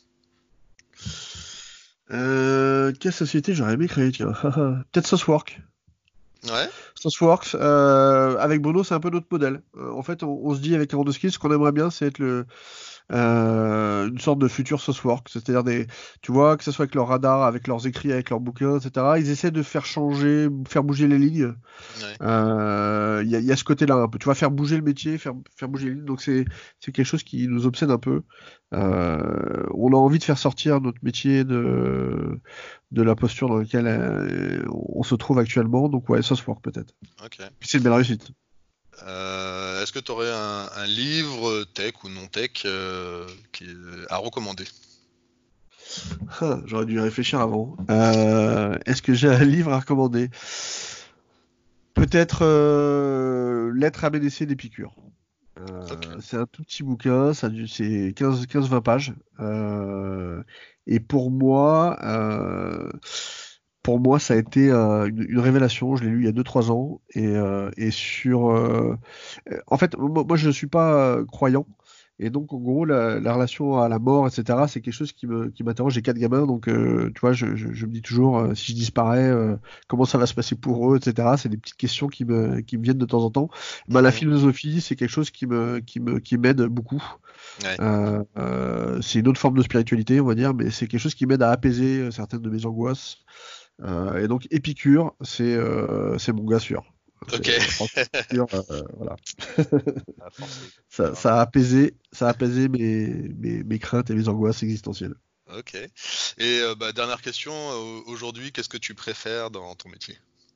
Quelle société j'aurais aimé créer, tiens. Peut-être Saucework. Ouais. Sauceworks, avec Bruno, c'est un peu notre modèle. En fait, on se dit avec Aerondoskills, ce qu'on aimerait bien, c'est être une sorte de futur Sauceworks. C'est-à-dire tu vois, que ce soit avec leur radar, avec leurs écrits, avec leurs bouquins, etc. Ils essaient de faire changer, faire bouger les lignes. Ouais. Il y a ce côté-là un peu. Tu vois, faire bouger le métier, faire bouger les lignes. Donc c'est quelque chose qui nous obsède un peu. On a envie de faire sortir notre métier de la posture dans laquelle on se trouve actuellement. Donc ouais, Sauceworks peut-être. Ok. Puis c'est une belle réussite. Est-ce que tu aurais un livre tech ou non tech à recommander? Ah, j'aurais dû y réfléchir avant. Est-ce que j'ai un livre à recommander? Peut-être Lettre à BDC d'Épicure. Ok. C'est un tout petit bouquin, c'est 15-20 pages. Et pour moi, ça a été une révélation. Je l'ai lu il y a 2-3 ans. En fait, moi je ne suis pas croyant. Et donc, en gros, la relation à la mort, etc., c'est quelque chose qui m'interroge. J'ai 4 gamins, donc, tu vois, je me dis toujours, si je disparais, comment ça va se passer pour eux, etc. C'est des petites questions qui me viennent de temps en temps. Bah, la Mhm. philosophie, c'est quelque chose qui m'aide beaucoup. Ouais. C'est une autre forme de spiritualité, on va dire, mais c'est quelque chose qui m'aide à apaiser certaines de mes angoisses. Et donc, Épicure, c'est mon gars sûr. Ok. Franchement, Épicure, voilà. À forcer. Ça, ça a apaisé mes craintes et mes angoisses existentielles. Ok. Et dernière question, aujourd'hui, qu'est-ce que tu préfères dans ton métier?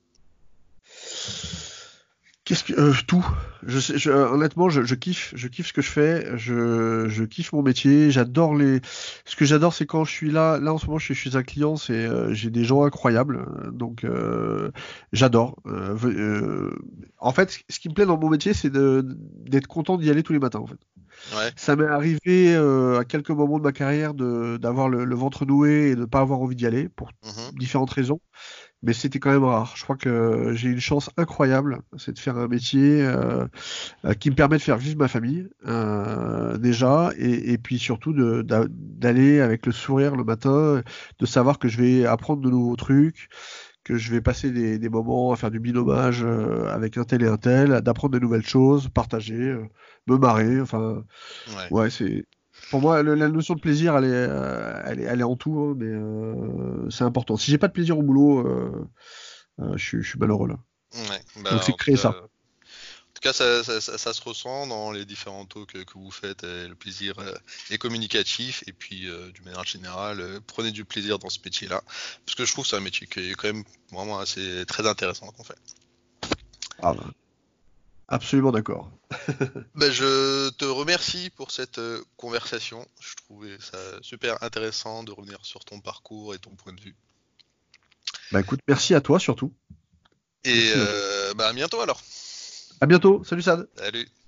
Tout. Honnêtement, je kiffe ce que je fais. Je kiffe mon métier. Ce que j'adore, c'est quand je suis là. Là, en ce moment, je suis chez un client. J'ai des gens incroyables. Donc, j'adore. En fait, ce qui me plaît dans mon métier, c'est d'être content d'y aller tous les matins, en fait. Ouais. Ça m'est arrivé à quelques moments de ma carrière d'avoir le ventre noué et de ne pas avoir envie d'y aller pour Mhm. différentes raisons. Mais c'était quand même rare. Je crois que j'ai une chance incroyable, c'est de faire un métier qui me permet de faire vivre ma famille déjà, et puis surtout d'aller avec le sourire le matin, de savoir que je vais apprendre de nouveaux trucs, que je vais passer des moments à faire du binomage avec un tel et un tel, d'apprendre de nouvelles choses, partager, me marrer. Enfin, Ouais. ouais, c'est pour moi la notion de plaisir, elle est en tout, hein, mais c'est important. Si j'ai pas de plaisir au boulot, je suis malheureux là. Ouais. Donc Bah, c'est en tout créer cas, ça. cas, ça se ressent dans les différents talks que vous faites. Le plaisir est communicatif. Et puis, d'une manière générale, prenez du plaisir dans ce métier-là. Parce que je trouve que c'est un métier qui est quand même vraiment assez très intéressant qu'on fait. Ah, absolument d'accord. Ben, je te remercie pour cette conversation. Je trouvais ça super intéressant de revenir sur ton parcours et ton point de vue. Bah écoute, merci à toi surtout. Et Merci. bah, à bientôt alors. À bientôt. Salut Sad. Salut.